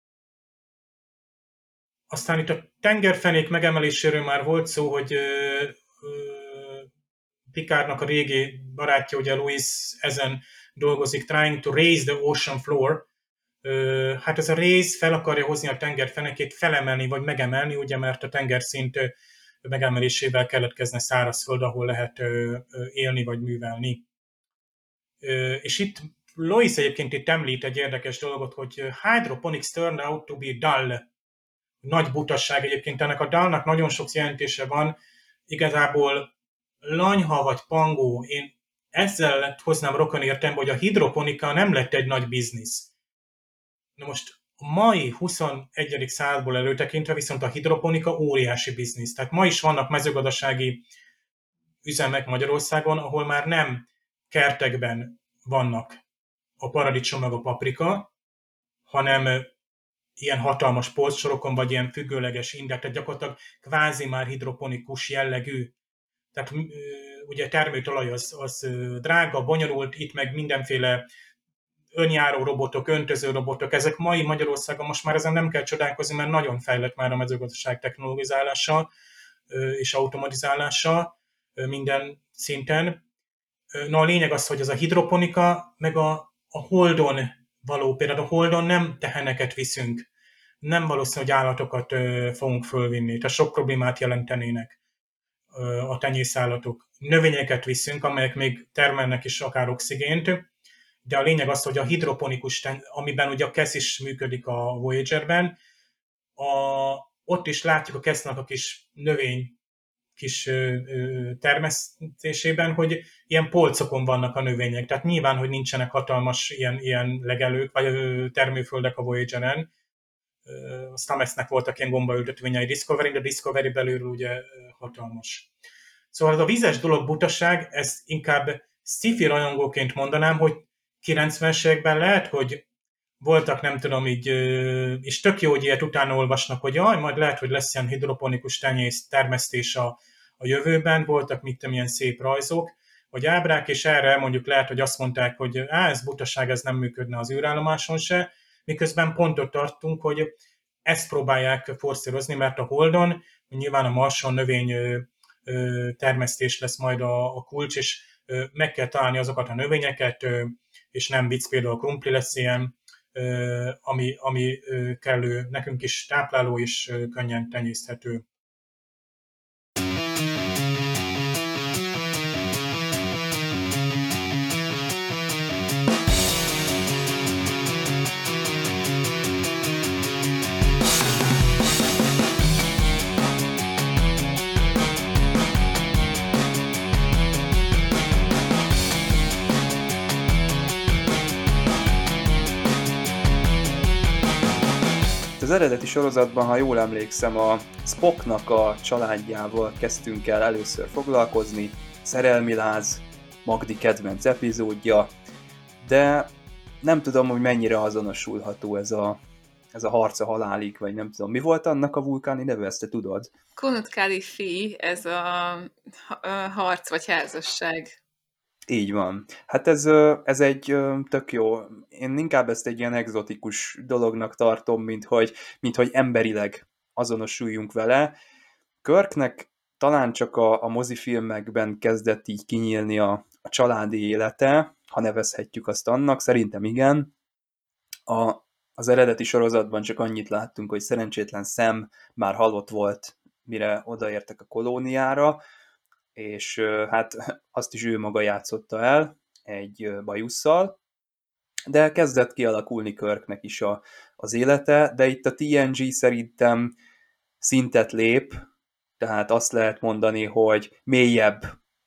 Aztán itt a tengerfenék megemeléséről már volt szó, hogy Picardnak a régi barátja, ugye Louis ezen dolgozik, trying to raise the ocean floor. Hát ez a raise fel akarja hozni a tengerfenekét, felemelni vagy megemelni, ugye, mert a tengerszint megemelésével keletkezne szárazföld, ahol lehet élni vagy művelni. És itt Lois egyébként itt említ egy érdekes dolgot, hogy hydroponics turned out to be dull. Nagy butasság egyébként, ennek a dullnak nagyon sok jelentése van, igazából lanyha vagy pangó, én ezzel hoznám rokon értelembe, hogy a hidroponika nem lett egy nagy biznisz. Na most a mai 21. századból előtekintve viszont a hidroponika óriási biznisz. Tehát ma is vannak mezőgazdasági üzemek Magyarországon, ahol már nem kertekben vannak a paradicsom meg a paprika, hanem ilyen hatalmas polcsorokon, vagy ilyen függőleges indek, tehát gyakorlatilag kvázi már hidroponikus jellegű. Tehát ugye termőtalaj az drága, bonyolult, itt meg mindenféle önjáró robotok, öntöző robotok, ezek mai Magyarországon most már ezen nem kell csodálkozni, mert nagyon fejlett már a mezőgazdaság technologizálása és automatizálása minden szinten. Na a lényeg az, hogy ez a hidroponika, meg a holdon való, például a holdon nem teheneket viszünk, nem valószínű, hogy állatokat fogunk fölvinni, tehát sok problémát jelentenének a tenyészállatok. Növényeket viszünk, amelyek még termelnek is akár oxigént, de a lényeg az, hogy a hidroponikus, amiben ugye a KESZ is működik a Voyagerben, ott is látjuk a KESZ-nak a kis növény kis termesztésében, hogy ilyen polcokon vannak a növények. Tehát nyilván, hogy nincsenek hatalmas ilyen legelők, vagy termőföldek a Voyageren. A Stamexnek voltak ilyen gombaültetvényei Discovery, de Discovery belülről ugye hatalmas. Szóval ez a vízes dolog butaság, ez inkább sci-fi rajongóként mondanám, hogy 90-es években lehet, hogy voltak, nem tudom, így, és tök jó, hogy ilyet utána olvasnak, hogy jaj, majd lehet, hogy lesz ilyen hidroponikus termesztés a jövőben, voltak ilyen szép rajzok, vagy ábrák, és erre mondjuk lehet, hogy azt mondták, hogy ez butaság, ez nem működne az űrállomáson se, miközben pontot tartunk, hogy ezt próbálják forszírozni, mert a Holdon, nyilván a Marson növény termesztés lesz majd a kulcs, és meg kell találni azokat a növényeket, és nem vicc, például a krumpli lesz ilyen, ami kellő, nekünk is tápláló és könnyen tenyészthető. Az eredeti sorozatban, ha jól emlékszem, a Spocknak a családjával kezdtünk el először foglalkozni, szerelmi láz, Magdi kedvenc epizódja, de nem tudom, hogy mennyire azonosulható ez a harc a halálig, vagy nem tudom. Mi volt annak a vulkáni neve, ezt te tudod? Kunut Kalifi, ez a harc vagy házasság. Így van. Hát ez egy tök jó, én inkább ezt egy ilyen egzotikus dolognak tartom, mint hogy emberileg azonosuljunk vele. Kirknek talán csak a mozifilmekben kezdett így kinyílni a családi élete, ha nevezhetjük azt annak, szerintem igen. Az eredeti sorozatban csak annyit láttunk, hogy szerencsétlen Sam már halott volt, mire odaértek a kolóniára, és hát azt is ő maga játszotta el egy bajusszal, de kezdett kialakulni Kirknek is az élete, de itt a TNG szerintem szintet lép, tehát azt lehet mondani, hogy mélyebb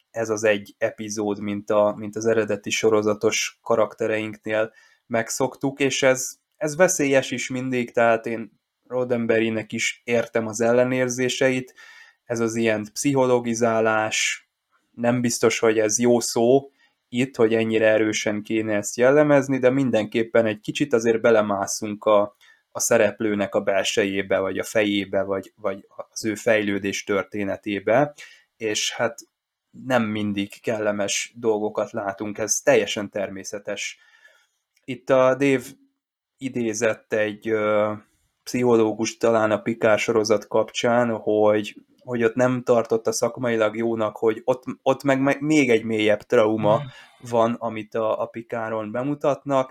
ez az egy epizód, mint az eredeti sorozatos karaktereinknél megszoktuk, és ez veszélyes is mindig, tehát én Roddenberrynek is értem az ellenérzéseit, ez az ilyen pszichologizálás, nem biztos, hogy ez jó szó itt, hogy ennyire erősen kéne ezt jellemezni, de mindenképpen egy kicsit azért belemászunk a szereplőnek a belsejébe, vagy a fejébe, vagy az ő fejlődés történetébe, és hát nem mindig kellemes dolgokat látunk, ez teljesen természetes. Itt a Dave idézett egy pszichológus talán a Picard sorozat kapcsán, hogy ott nem tartotta szakmailag jónak, hogy ott meg még egy mélyebb trauma van, amit a Picardon bemutatnak.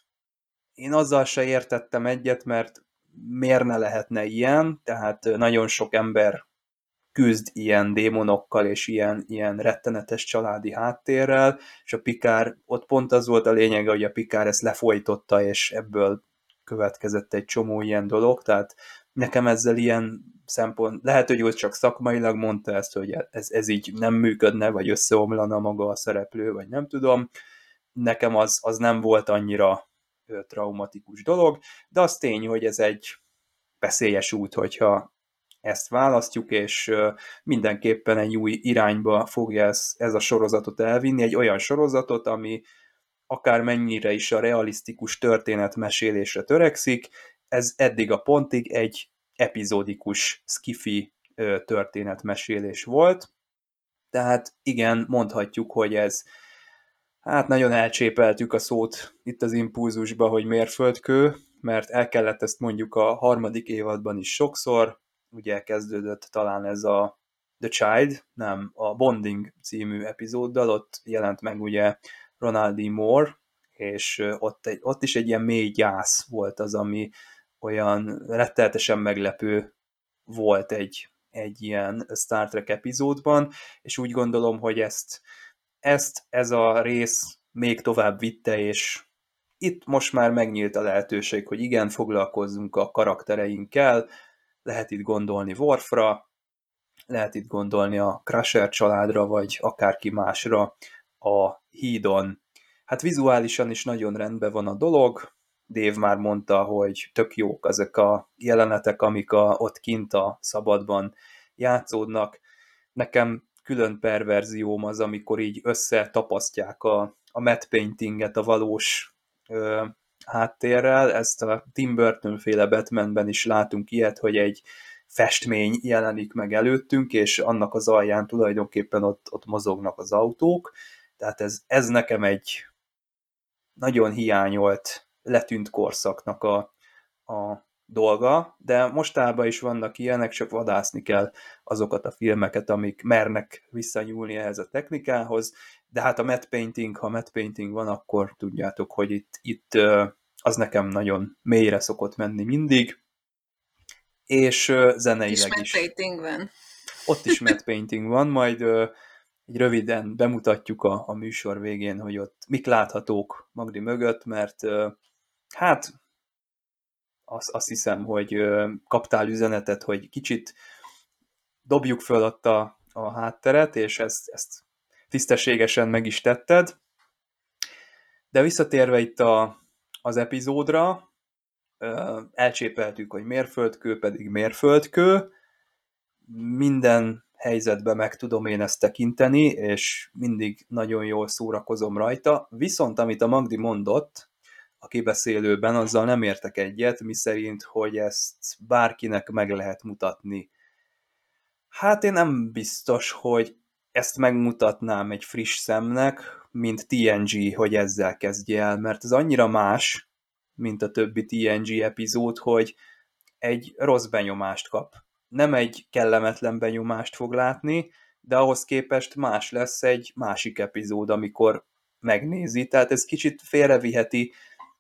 Én azzal se értettem egyet, mert miért ne lehetne ilyen, tehát nagyon sok ember küzd ilyen démonokkal és ilyen rettenetes családi háttérrel, és a Picard, ott pont az volt a lényege, hogy a Picard ezt lefolytotta, és ebből következett egy csomó ilyen dolog, tehát nekem ezzel ilyen szempont, lehet, hogy ő csak szakmailag mondta ezt, hogy ez így nem működne, vagy összeomlana maga a szereplő, vagy nem tudom, nekem az nem volt annyira traumatikus dolog, de az tény, hogy ez egy veszélyes út, hogyha ezt választjuk, és mindenképpen egy új irányba fogja ez a sorozatot elvinni, egy olyan sorozatot, ami akár mennyire is a realisztikus történetmesélésre törekszik, ez eddig a pontig egy epizódikus sci-fi történetmesélés volt, tehát igen, mondhatjuk, hogy ez, hát nagyon elcsépeltük a szót itt az impulzusba, hogy mérföldkő, mert el kellett ezt mondjuk a harmadik évadban is sokszor, ugye kezdődött talán ez a The Child, nem, a Bonding című epizóddal, ott jelent meg ugye Ronald D. Moore, és ott is egy ilyen mély gyász volt az, ami olyan rettenetesen meglepő volt egy ilyen Star Trek epizódban, és úgy gondolom, hogy ez a rész még tovább vitte, és itt most már megnyílt a lehetőség, hogy igen, foglalkozzunk a karaktereinkkel, lehet itt gondolni Worfra, lehet itt gondolni a Crusher családra, vagy akárki másra a hídon. Hát vizuálisan is nagyon rendben van a dolog, Dave már mondta, hogy tök jók ezek a jelenetek, amik ott kint a szabadban játszódnak. Nekem külön perverzióm az, amikor így összetapasztják a matte paintinget a valós háttérrel. Ezt a Tim Burton-féle Batmanben is látunk ilyet, hogy egy festmény jelenik meg előttünk, és annak az alján tulajdonképpen ott mozognak az autók. Tehát ez nekem egy nagyon hiányolt, letűnt korszaknak a dolga, de mostában is vannak ilyenek, csak vadászni kell azokat a filmeket, amik mernek visszanyúlni ehhez a technikához, de hát a matte painting, ha matte painting van, akkor tudjátok, hogy itt az nekem nagyon mélyre szokott menni mindig, és zeneileg is. Matte painting van. Ott is matte painting van, majd így röviden bemutatjuk a műsor végén, hogy ott mik láthatók Magdi mögött, mert hát azt hiszem, hogy kaptál üzenetet, hogy kicsit dobjuk föl ott a hátteret, és ezt tisztességesen meg is tetted. De visszatérve itt az epizódra, elcsépeltük, hogy mérföldkő pedig mérföldkő, minden helyzetben meg tudom én ezt tekinteni, és mindig nagyon jól szórakozom rajta. Viszont amit a Magdi mondott a kibeszélőben, azzal nem értek egyet, miszerint, hogy ezt bárkinek meg lehet mutatni. Hát én nem biztos, hogy ezt megmutatnám egy friss szemnek, mint TNG, hogy ezzel kezdje el, mert ez annyira más, mint a többi TNG epizód, hogy egy rossz benyomást kap. Nem egy kellemetlen benyomást fog látni, de ahhoz képest más lesz egy másik epizód, amikor megnézi. Tehát ez kicsit félreviheti.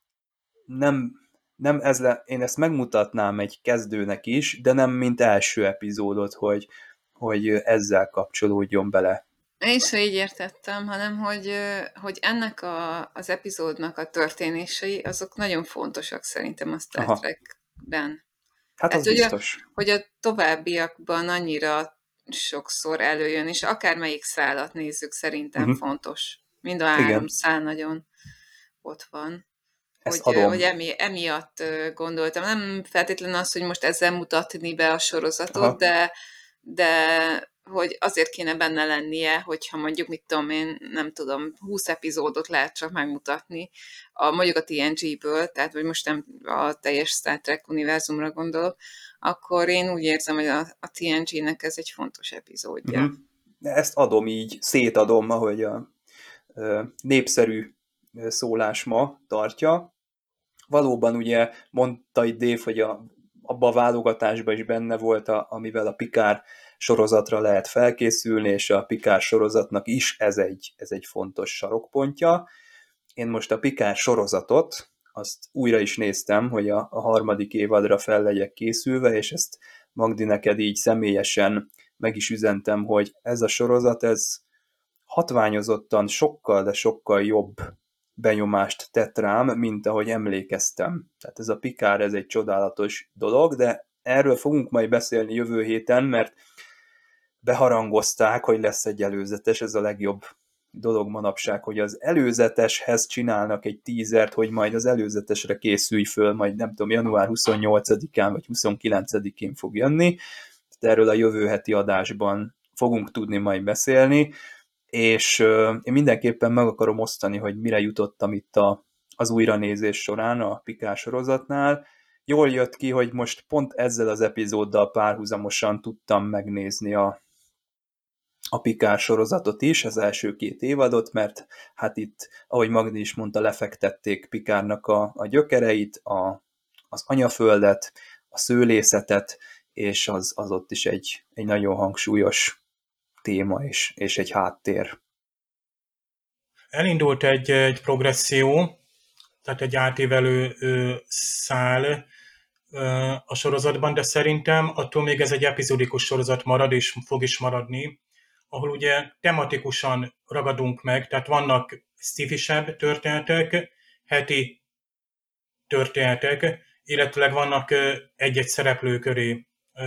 Nem én ezt megmutatnám egy kezdőnek is, de nem mint első epizódot, hogy ezzel kapcsolódjon bele. Én sem így értettem, hanem hogy ennek az epizódnak a történései, azok nagyon fontosak szerintem a Star Trek-ben. Hát az biztos. Hogy a továbbiakban annyira sokszor előjön, és akármelyik szálat nézzük, szerintem fontos. Mind a 3 Igen. szál nagyon ott van. Ezt Hogy adom. emiatt gondoltam. Nem feltétlenül az, hogy most ezzel mutatni be a sorozatot, de hogy azért kéne benne lennie, hogyha mondjuk, mit tudom én, nem tudom, 20 epizódot lehet csak megmutatni, mondjuk a TNG-ből, tehát hogy most nem a teljes Star Trek univerzumra gondolok, akkor én úgy érzem, hogy a TNG-nek ez egy fontos epizódja. Ezt adom így, szétadom, ahogy a népszerű szólás ma tartja. Valóban ugye mondta itt Dave, hogy abba a válogatásban is benne volt, amivel a Picard sorozatra lehet felkészülni, és a Picard sorozatnak is ez egy fontos sarokpontja. Én most a Picard sorozatot, azt újra is néztem, hogy a 3. évadra fel legyek készülve, és ezt Magdi neked így személyesen meg is üzentem, hogy ez a sorozat, ez hatványozottan sokkal, de sokkal jobb benyomást tett rám, mint ahogy emlékeztem. Tehát ez a Picard, ez egy csodálatos dolog, de erről fogunk majd beszélni jövő héten, mert beharangozták, hogy lesz egy előzetes, ez a legjobb dolog manapság, hogy az előzeteshez csinálnak egy teasert, hogy majd az előzetesre készülj föl, majd nem tudom, január 28-án vagy 29-én fog jönni. Tehát erről a jövő heti adásban fogunk tudni majd beszélni, és én mindenképpen meg akarom osztani, hogy mire jutottam itt az újranézés során a Picard sorozatnál. Jól jött ki, hogy most pont ezzel az epizóddal párhuzamosan tudtam megnézni a Picard sorozatot is, az első 2 évadot, mert hát itt, ahogy Magdi is mondta, lefektették Picardnak a gyökereit, az anyaföldet, a szőlészetet, és az ott is egy nagyon hangsúlyos téma és egy háttér. Elindult egy progresszió, tehát egy átívelő szál a sorozatban, de szerintem attól még ez egy epizódikus sorozat marad, és fog is maradni, ahol ugye tematikusan ragadunk meg, tehát vannak szifisebb történetek, heti történetek, illetőleg vannak egy-egy szereplő köré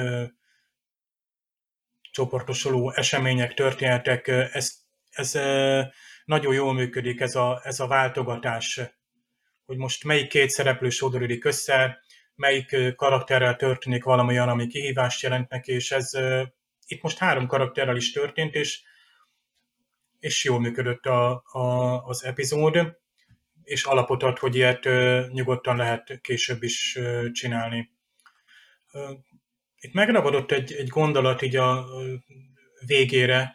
csoportosuló események, történetek, ez nagyon jól működik, ez a váltogatás, hogy most melyik 2 szereplő sodródik össze, melyik karakterrel történik valami olyan, ami kihívást jelent neki, és ez itt most 3 karakterrel is történt, és jól működött az epizód, és alapot ad, hogy ilyet nyugodtan lehet később is csinálni. Itt megragadott egy gondolat így a végére,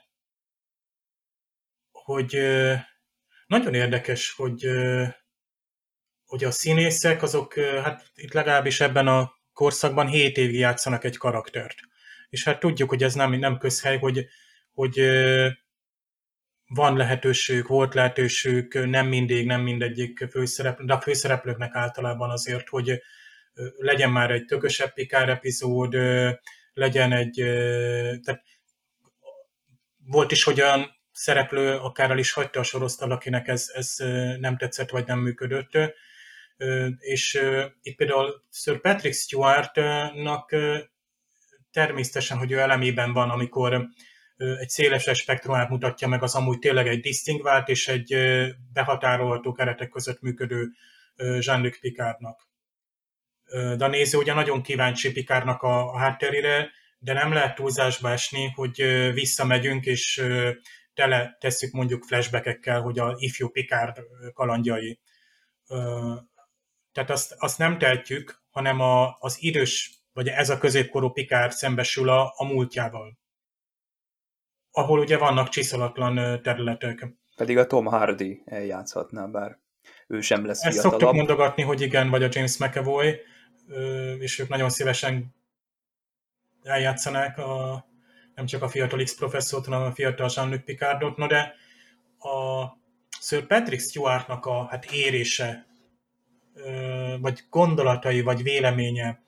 hogy nagyon érdekes, hogy a színészek azok, hát itt legalábbis ebben a korszakban 7 évig játszanak egy karaktert. És hát tudjuk, hogy ez nem közhely, hogy van lehetőség, volt lehetőség, nem mindegyik főszereplő, de a főszereplőknek általában azért, hogy legyen már egy tökösebb Picard epizód, legyen tehát volt is, hogy olyan szereplő akár el is hagyta a sorozatot, akinek ez nem tetszett, vagy nem működött. És itt például Sir Patrick Stewartnak természetesen, hogy ő elemében van, amikor egy szélesebb spektrumát mutatja meg, az amúgy tényleg egy disztingvált és egy behatárolható keretek között működő Jean-Luc Picardnak. De a néző ugye nagyon kíváncsi Picardnak a hátterére, de nem lehet túlzásba esni, hogy visszamegyünk, és tele tesszük mondjuk flashbackekkel, hogy a ifjú Picard kalandjai. Tehát azt nem tehetjük, hanem az idős, vagy ez a középkorú Picard szembesül a múltjával, ahol ugye vannak csiszolatlan területek. Pedig a Tom Hardy eljátszhatná, bár ő sem lesz ezt fiatalabb. Szoktuk mondogatni, hogy igen, vagy a James McAvoy, és ők nagyon szívesen eljátszanák nem csak a fiatal X-professzort, hanem a fiatal Jean-Luc Picardot, no de a Sir Patrick Stewartnak a érése, vagy gondolatai, vagy véleménye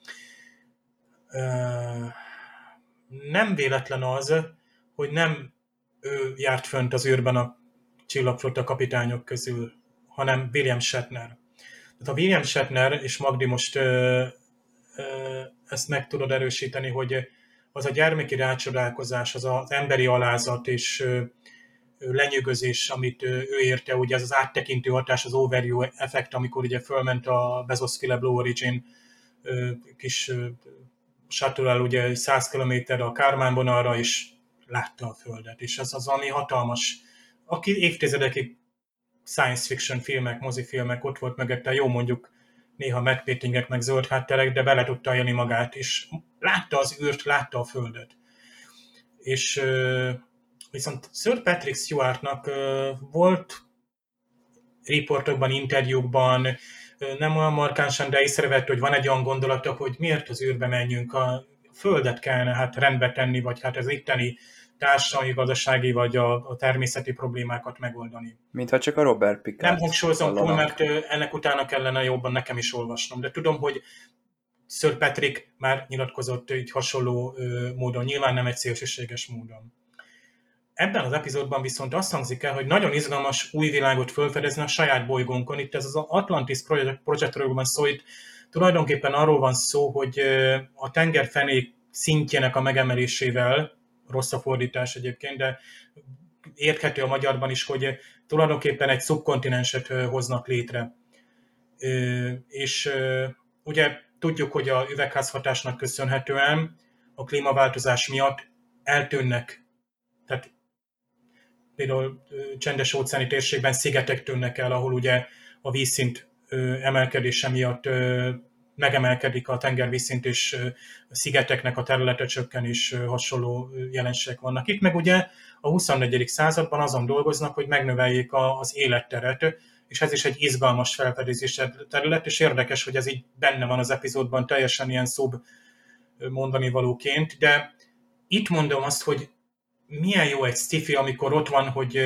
nem véletlen az, hogy nem ő járt fönt az űrben a csillagflotta kapitányok közül, hanem William Shatner. Tehát a William Shatner, és Magdi most ezt meg tudod erősíteni, hogy az a gyermeki rácsodálkozás, az az emberi alázat és lenyűgözés, amit ő érte, ugye ez az áttekintő hatás, az overview effekt, amikor ugye fölment a Bezos-féle Blue Origin kis shuttle-el ugye 100 km a Kármán vonalra, és látta a Földet, és ez az ami hatalmas, aki évtizedekig science fiction filmek, mozifilmek ott volt mögötte, jó mondjuk néha Matt Patingek meg zöld hátterek, de bele tudta élni magát, és látta az űrt, látta a Földet. És viszont Sir Patrick Stewartnak volt riportokban, interjúkban, nem olyan markánsan, de észrevett, hogy van egy olyan gondolata, hogy miért az űrbe menjünk, a Földet kellene hát rendbe tenni, vagy hát az itteni társadalmi, gazdasági, vagy a természeti problémákat megoldani. Mintha csak a Robert Picard. Nem hangsúlyozom túl, mert ennek utána kellene jobban nekem is olvasnom, de tudom, hogy Sir Patrick már nyilatkozott így hasonló módon, nyilván nem egy szélsőséges módon. Ebben az epizódban viszont azt hangzik el, hogy nagyon izgalmas új világot felfedezni a saját bolygónkon. Itt ez az Atlantis Projectről van szó, itt tulajdonképpen arról van szó, hogy a tengerfenék szintjének a megemelésével, rossz a fordítás egyébként, de érthető a magyarban is, hogy tulajdonképpen egy szubkontinenset hoznak létre. És ugye tudjuk, hogy a üvegházhatásnak köszönhetően a klímaváltozás miatt eltűnnek, tehát például csendes óceáni térségben szigetek tűnnek el, ahol ugye a vízszint emelkedése miatt megemelkedik a tengervízszint, és a szigeteknek a területe csökken, és hasonló jelenségek vannak. Itt meg ugye a 24. században azon dolgoznak, hogy megnöveljék az életteret, és ez is egy izgalmas felfedezés terület, és érdekes, hogy ez így benne van az epizódban, teljesen ilyen szub mondani valóként, de itt mondom azt, hogy milyen jó egy sci-fi, amikor ott van, hogy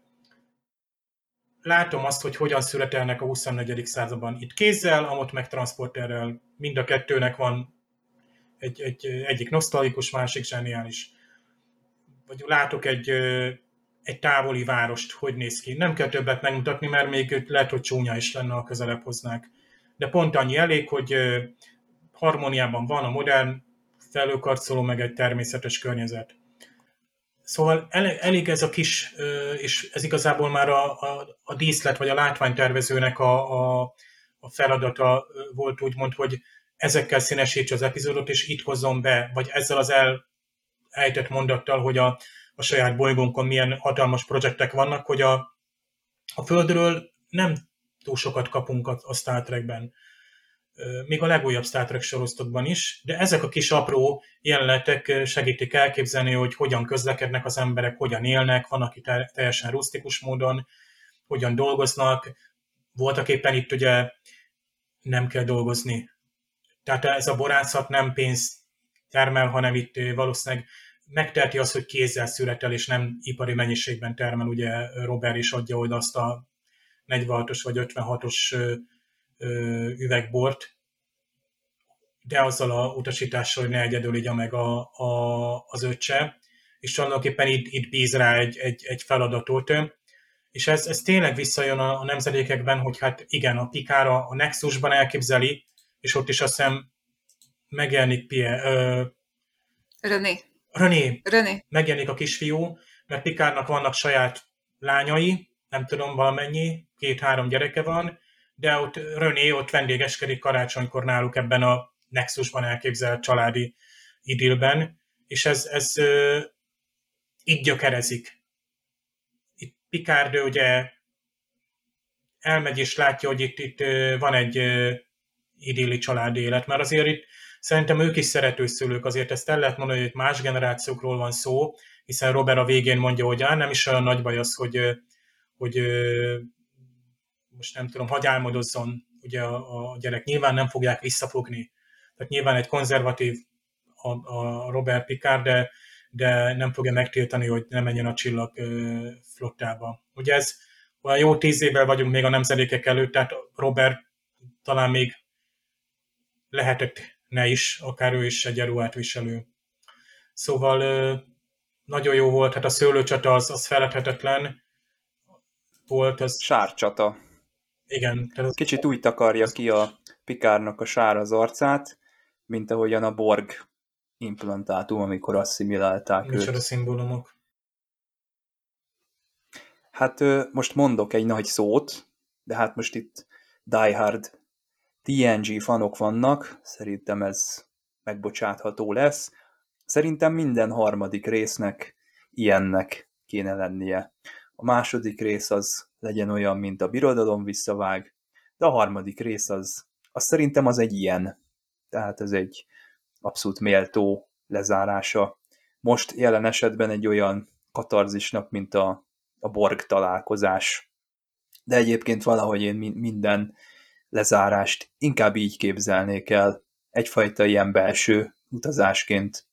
látom azt, hogy hogyan születelnek a 24. században. Itt kézzel, amott meg transporterrel. Mind a kettőnek van egyik nosztalgikus, másik zseniális. Vagy látok egy távoli várost, hogy néz ki. Nem kell többet megmutatni, mert még lehet, hogy csúnya is lenne, ha közelebb hoznák. De pont annyi elég, hogy harmóniában van a modern felhőkarcoló, meg egy természetes környezet. Szóval elég ez a kis, és ez igazából már a díszlet vagy a látványtervezőnek a feladata volt, úgymond, hogy ezekkel színesítse az epizódot, és itt hozzon be, vagy ezzel az elejtett mondattal, hogy a saját bolygónkon milyen hatalmas projektek vannak, hogy a Földről nem túl sokat kapunk a Star Trekben. Még a legújabb Star Trek sorozatokban is, de ezek a kis apró jelenetek segítik elképzelni, hogy hogyan közlekednek az emberek, hogyan élnek, van, aki teljesen rusztikus módon, hogyan dolgoznak. Voltak éppen itt ugye nem kell dolgozni. Tehát ez a borászat nem pénzt termel, hanem itt valószínűleg megteheti azt, hogy kézzel születel, és nem ipari mennyiségben termel. Ugye Robert is adja oda azt a 46-os vagy 56-os üvegbort, de azzal a utasítással, hogy ne egyedül igya meg az öccse, és tulajdonképpen itt bíz rá egy feladatot, és ez tényleg visszajön a nemzedékekben, hogy hát igen, a Picard a Nexusban elképzeli, és ott is azt hiszem megjelenik René, megjelenik a kisfiú, mert Picardnak vannak saját lányai, nem tudom, valamennyi, 2-3 gyereke van, de ott René ott vendégeskedik karácsonykor náluk ebben a Nexusban elképzelt családi idillben, és ez így gyökerezik. Itt Picard ugye elmegy és látja, hogy itt van egy idilli családi élet, mert azért itt szerintem ők is szeretőszülők, azért ezt el lehet mondani, hogy más generációkról van szó, hiszen Robert a végén mondja, hogy nem is olyan nagy baj az, hogy most nem tudom, hadd álmodozzon ugye a gyerek. Nyilván nem fogják visszafogni. Tehát nyilván egy konzervatív a Robert Picard, de nem fogja megtiltani, hogy ne menjen a csillag flottába. Ugye ez olyan jó 10 évvel vagyunk még a nemzedékek előtt, tehát Robert talán még lehetett ne is, akár ő is egy viselő. Szóval nagyon jó volt, hát a szőlőcsata az feledhetetlen volt. Az... Sárcsata. Igen. Kicsit úgy takarja ki a Picardnak a sár az arcát, mint ahogyan a Borg implantátum, amikor asszimilálták őt. Micsoda szimbólumok. Hát most mondok egy nagy szót, de hát most itt Die Hard TNG fanok vannak, szerintem ez megbocsátható lesz. Szerintem minden harmadik résznek ilyennek kéne lennie. A második rész az legyen olyan, mint a Birodalom visszavág, de a harmadik rész az szerintem az egy ilyen. Tehát ez egy abszolút méltó lezárása. Most jelen esetben egy olyan katarzisnak, mint a Borg találkozás. De egyébként valahogy én minden lezárást inkább így képzelnék el, egyfajta ilyen belső utazásként.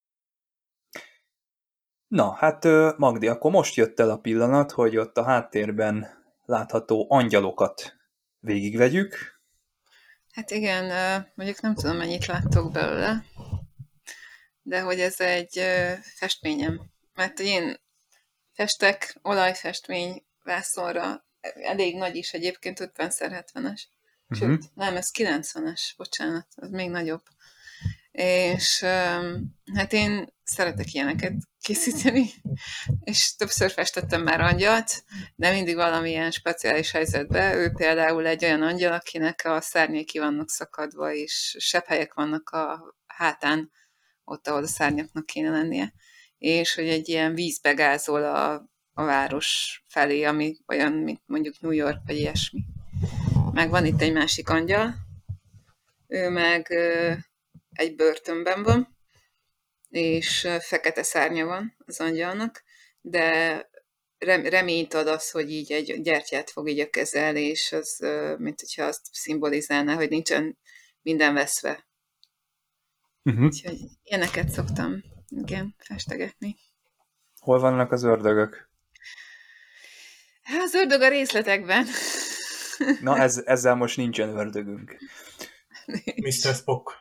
Na, hát Magdi, akkor most jött el a pillanat, hogy ott a háttérben látható angyalokat végigvegyük. Hát igen, mondjuk nem tudom, mennyit láttok belőle, de hogy ez egy festményem. Mert én festek olajfestmény vászonra, elég nagy is egyébként, 50x70-es. Sőt, nem, ez 90-es, bocsánat, ez még nagyobb. És hát én szeretek ilyeneket készíteni, és többször festettem már angyalt, de mindig valamilyen speciális helyzetben. Ő például egy olyan angyal, akinek a szárnyai ki vannak szakadva, és sebhelyek vannak a hátán, ott, ahol a szárnyaknak kéne lennie. És hogy egy ilyen vízbe gázol a város felé, ami olyan, mint mondjuk New York, vagy ilyesmi. Meg van itt egy másik angyal, ő meg egy börtönben van, és fekete szárnya van az angyalnak, de reményt ad az, hogy így egy gyertyát fog így a kezelni, és az, mint hogyha azt szimbolizálná, hogy nincsen minden veszve. Úgyhogy ilyeneket szoktam, igen, festegetni. Hol vannak az ördögök? Hát az ördög a részletekben. Na, ezzel most nincsen ördögünk. Mr. Spock.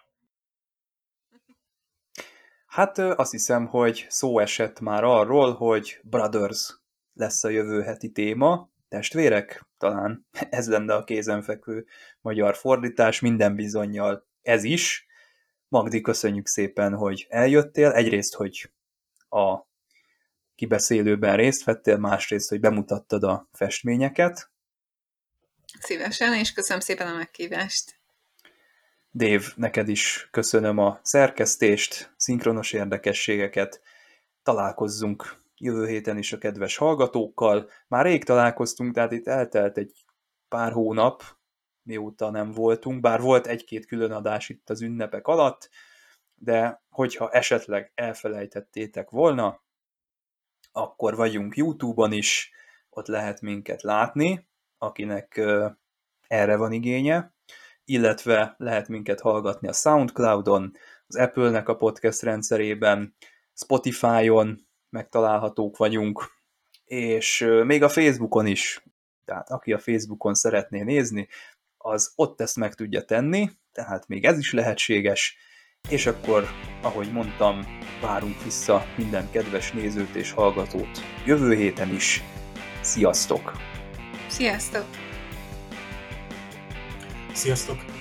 Hát azt hiszem, hogy szó esett már arról, hogy Brothers lesz a jövő heti téma. Testvérek? Talán ez lenne a kézenfekvő magyar fordítás, minden bizonnyal ez is. Magdi, köszönjük szépen, hogy eljöttél. Egyrészt, hogy a kibeszélőben részt vettél, másrészt, hogy bemutattad a festményeket. Szívesen, és köszönöm szépen a meghívást. Dave, neked is köszönöm a szerkesztést, szinkronos érdekességeket. Találkozzunk jövő héten is a kedves hallgatókkal. Már rég találkoztunk, tehát itt eltelt egy pár hónap, mióta nem voltunk, bár volt egy-két különadás itt az ünnepek alatt, de hogyha esetleg elfelejtettétek volna, akkor vagyunk YouTube-on is, ott lehet minket látni, akinek erre van igénye, illetve lehet minket hallgatni a SoundCloud-on, az Apple-nek a podcast rendszerében, Spotify-on megtalálhatók vagyunk, és még a Facebookon is. Tehát aki a Facebookon szeretné nézni, az ott ezt meg tudja tenni, tehát még ez is lehetséges, és akkor, ahogy mondtam, várunk vissza minden kedves nézőt és hallgatót jövő héten is. Sziasztok! Sziasztok! Sziasztok!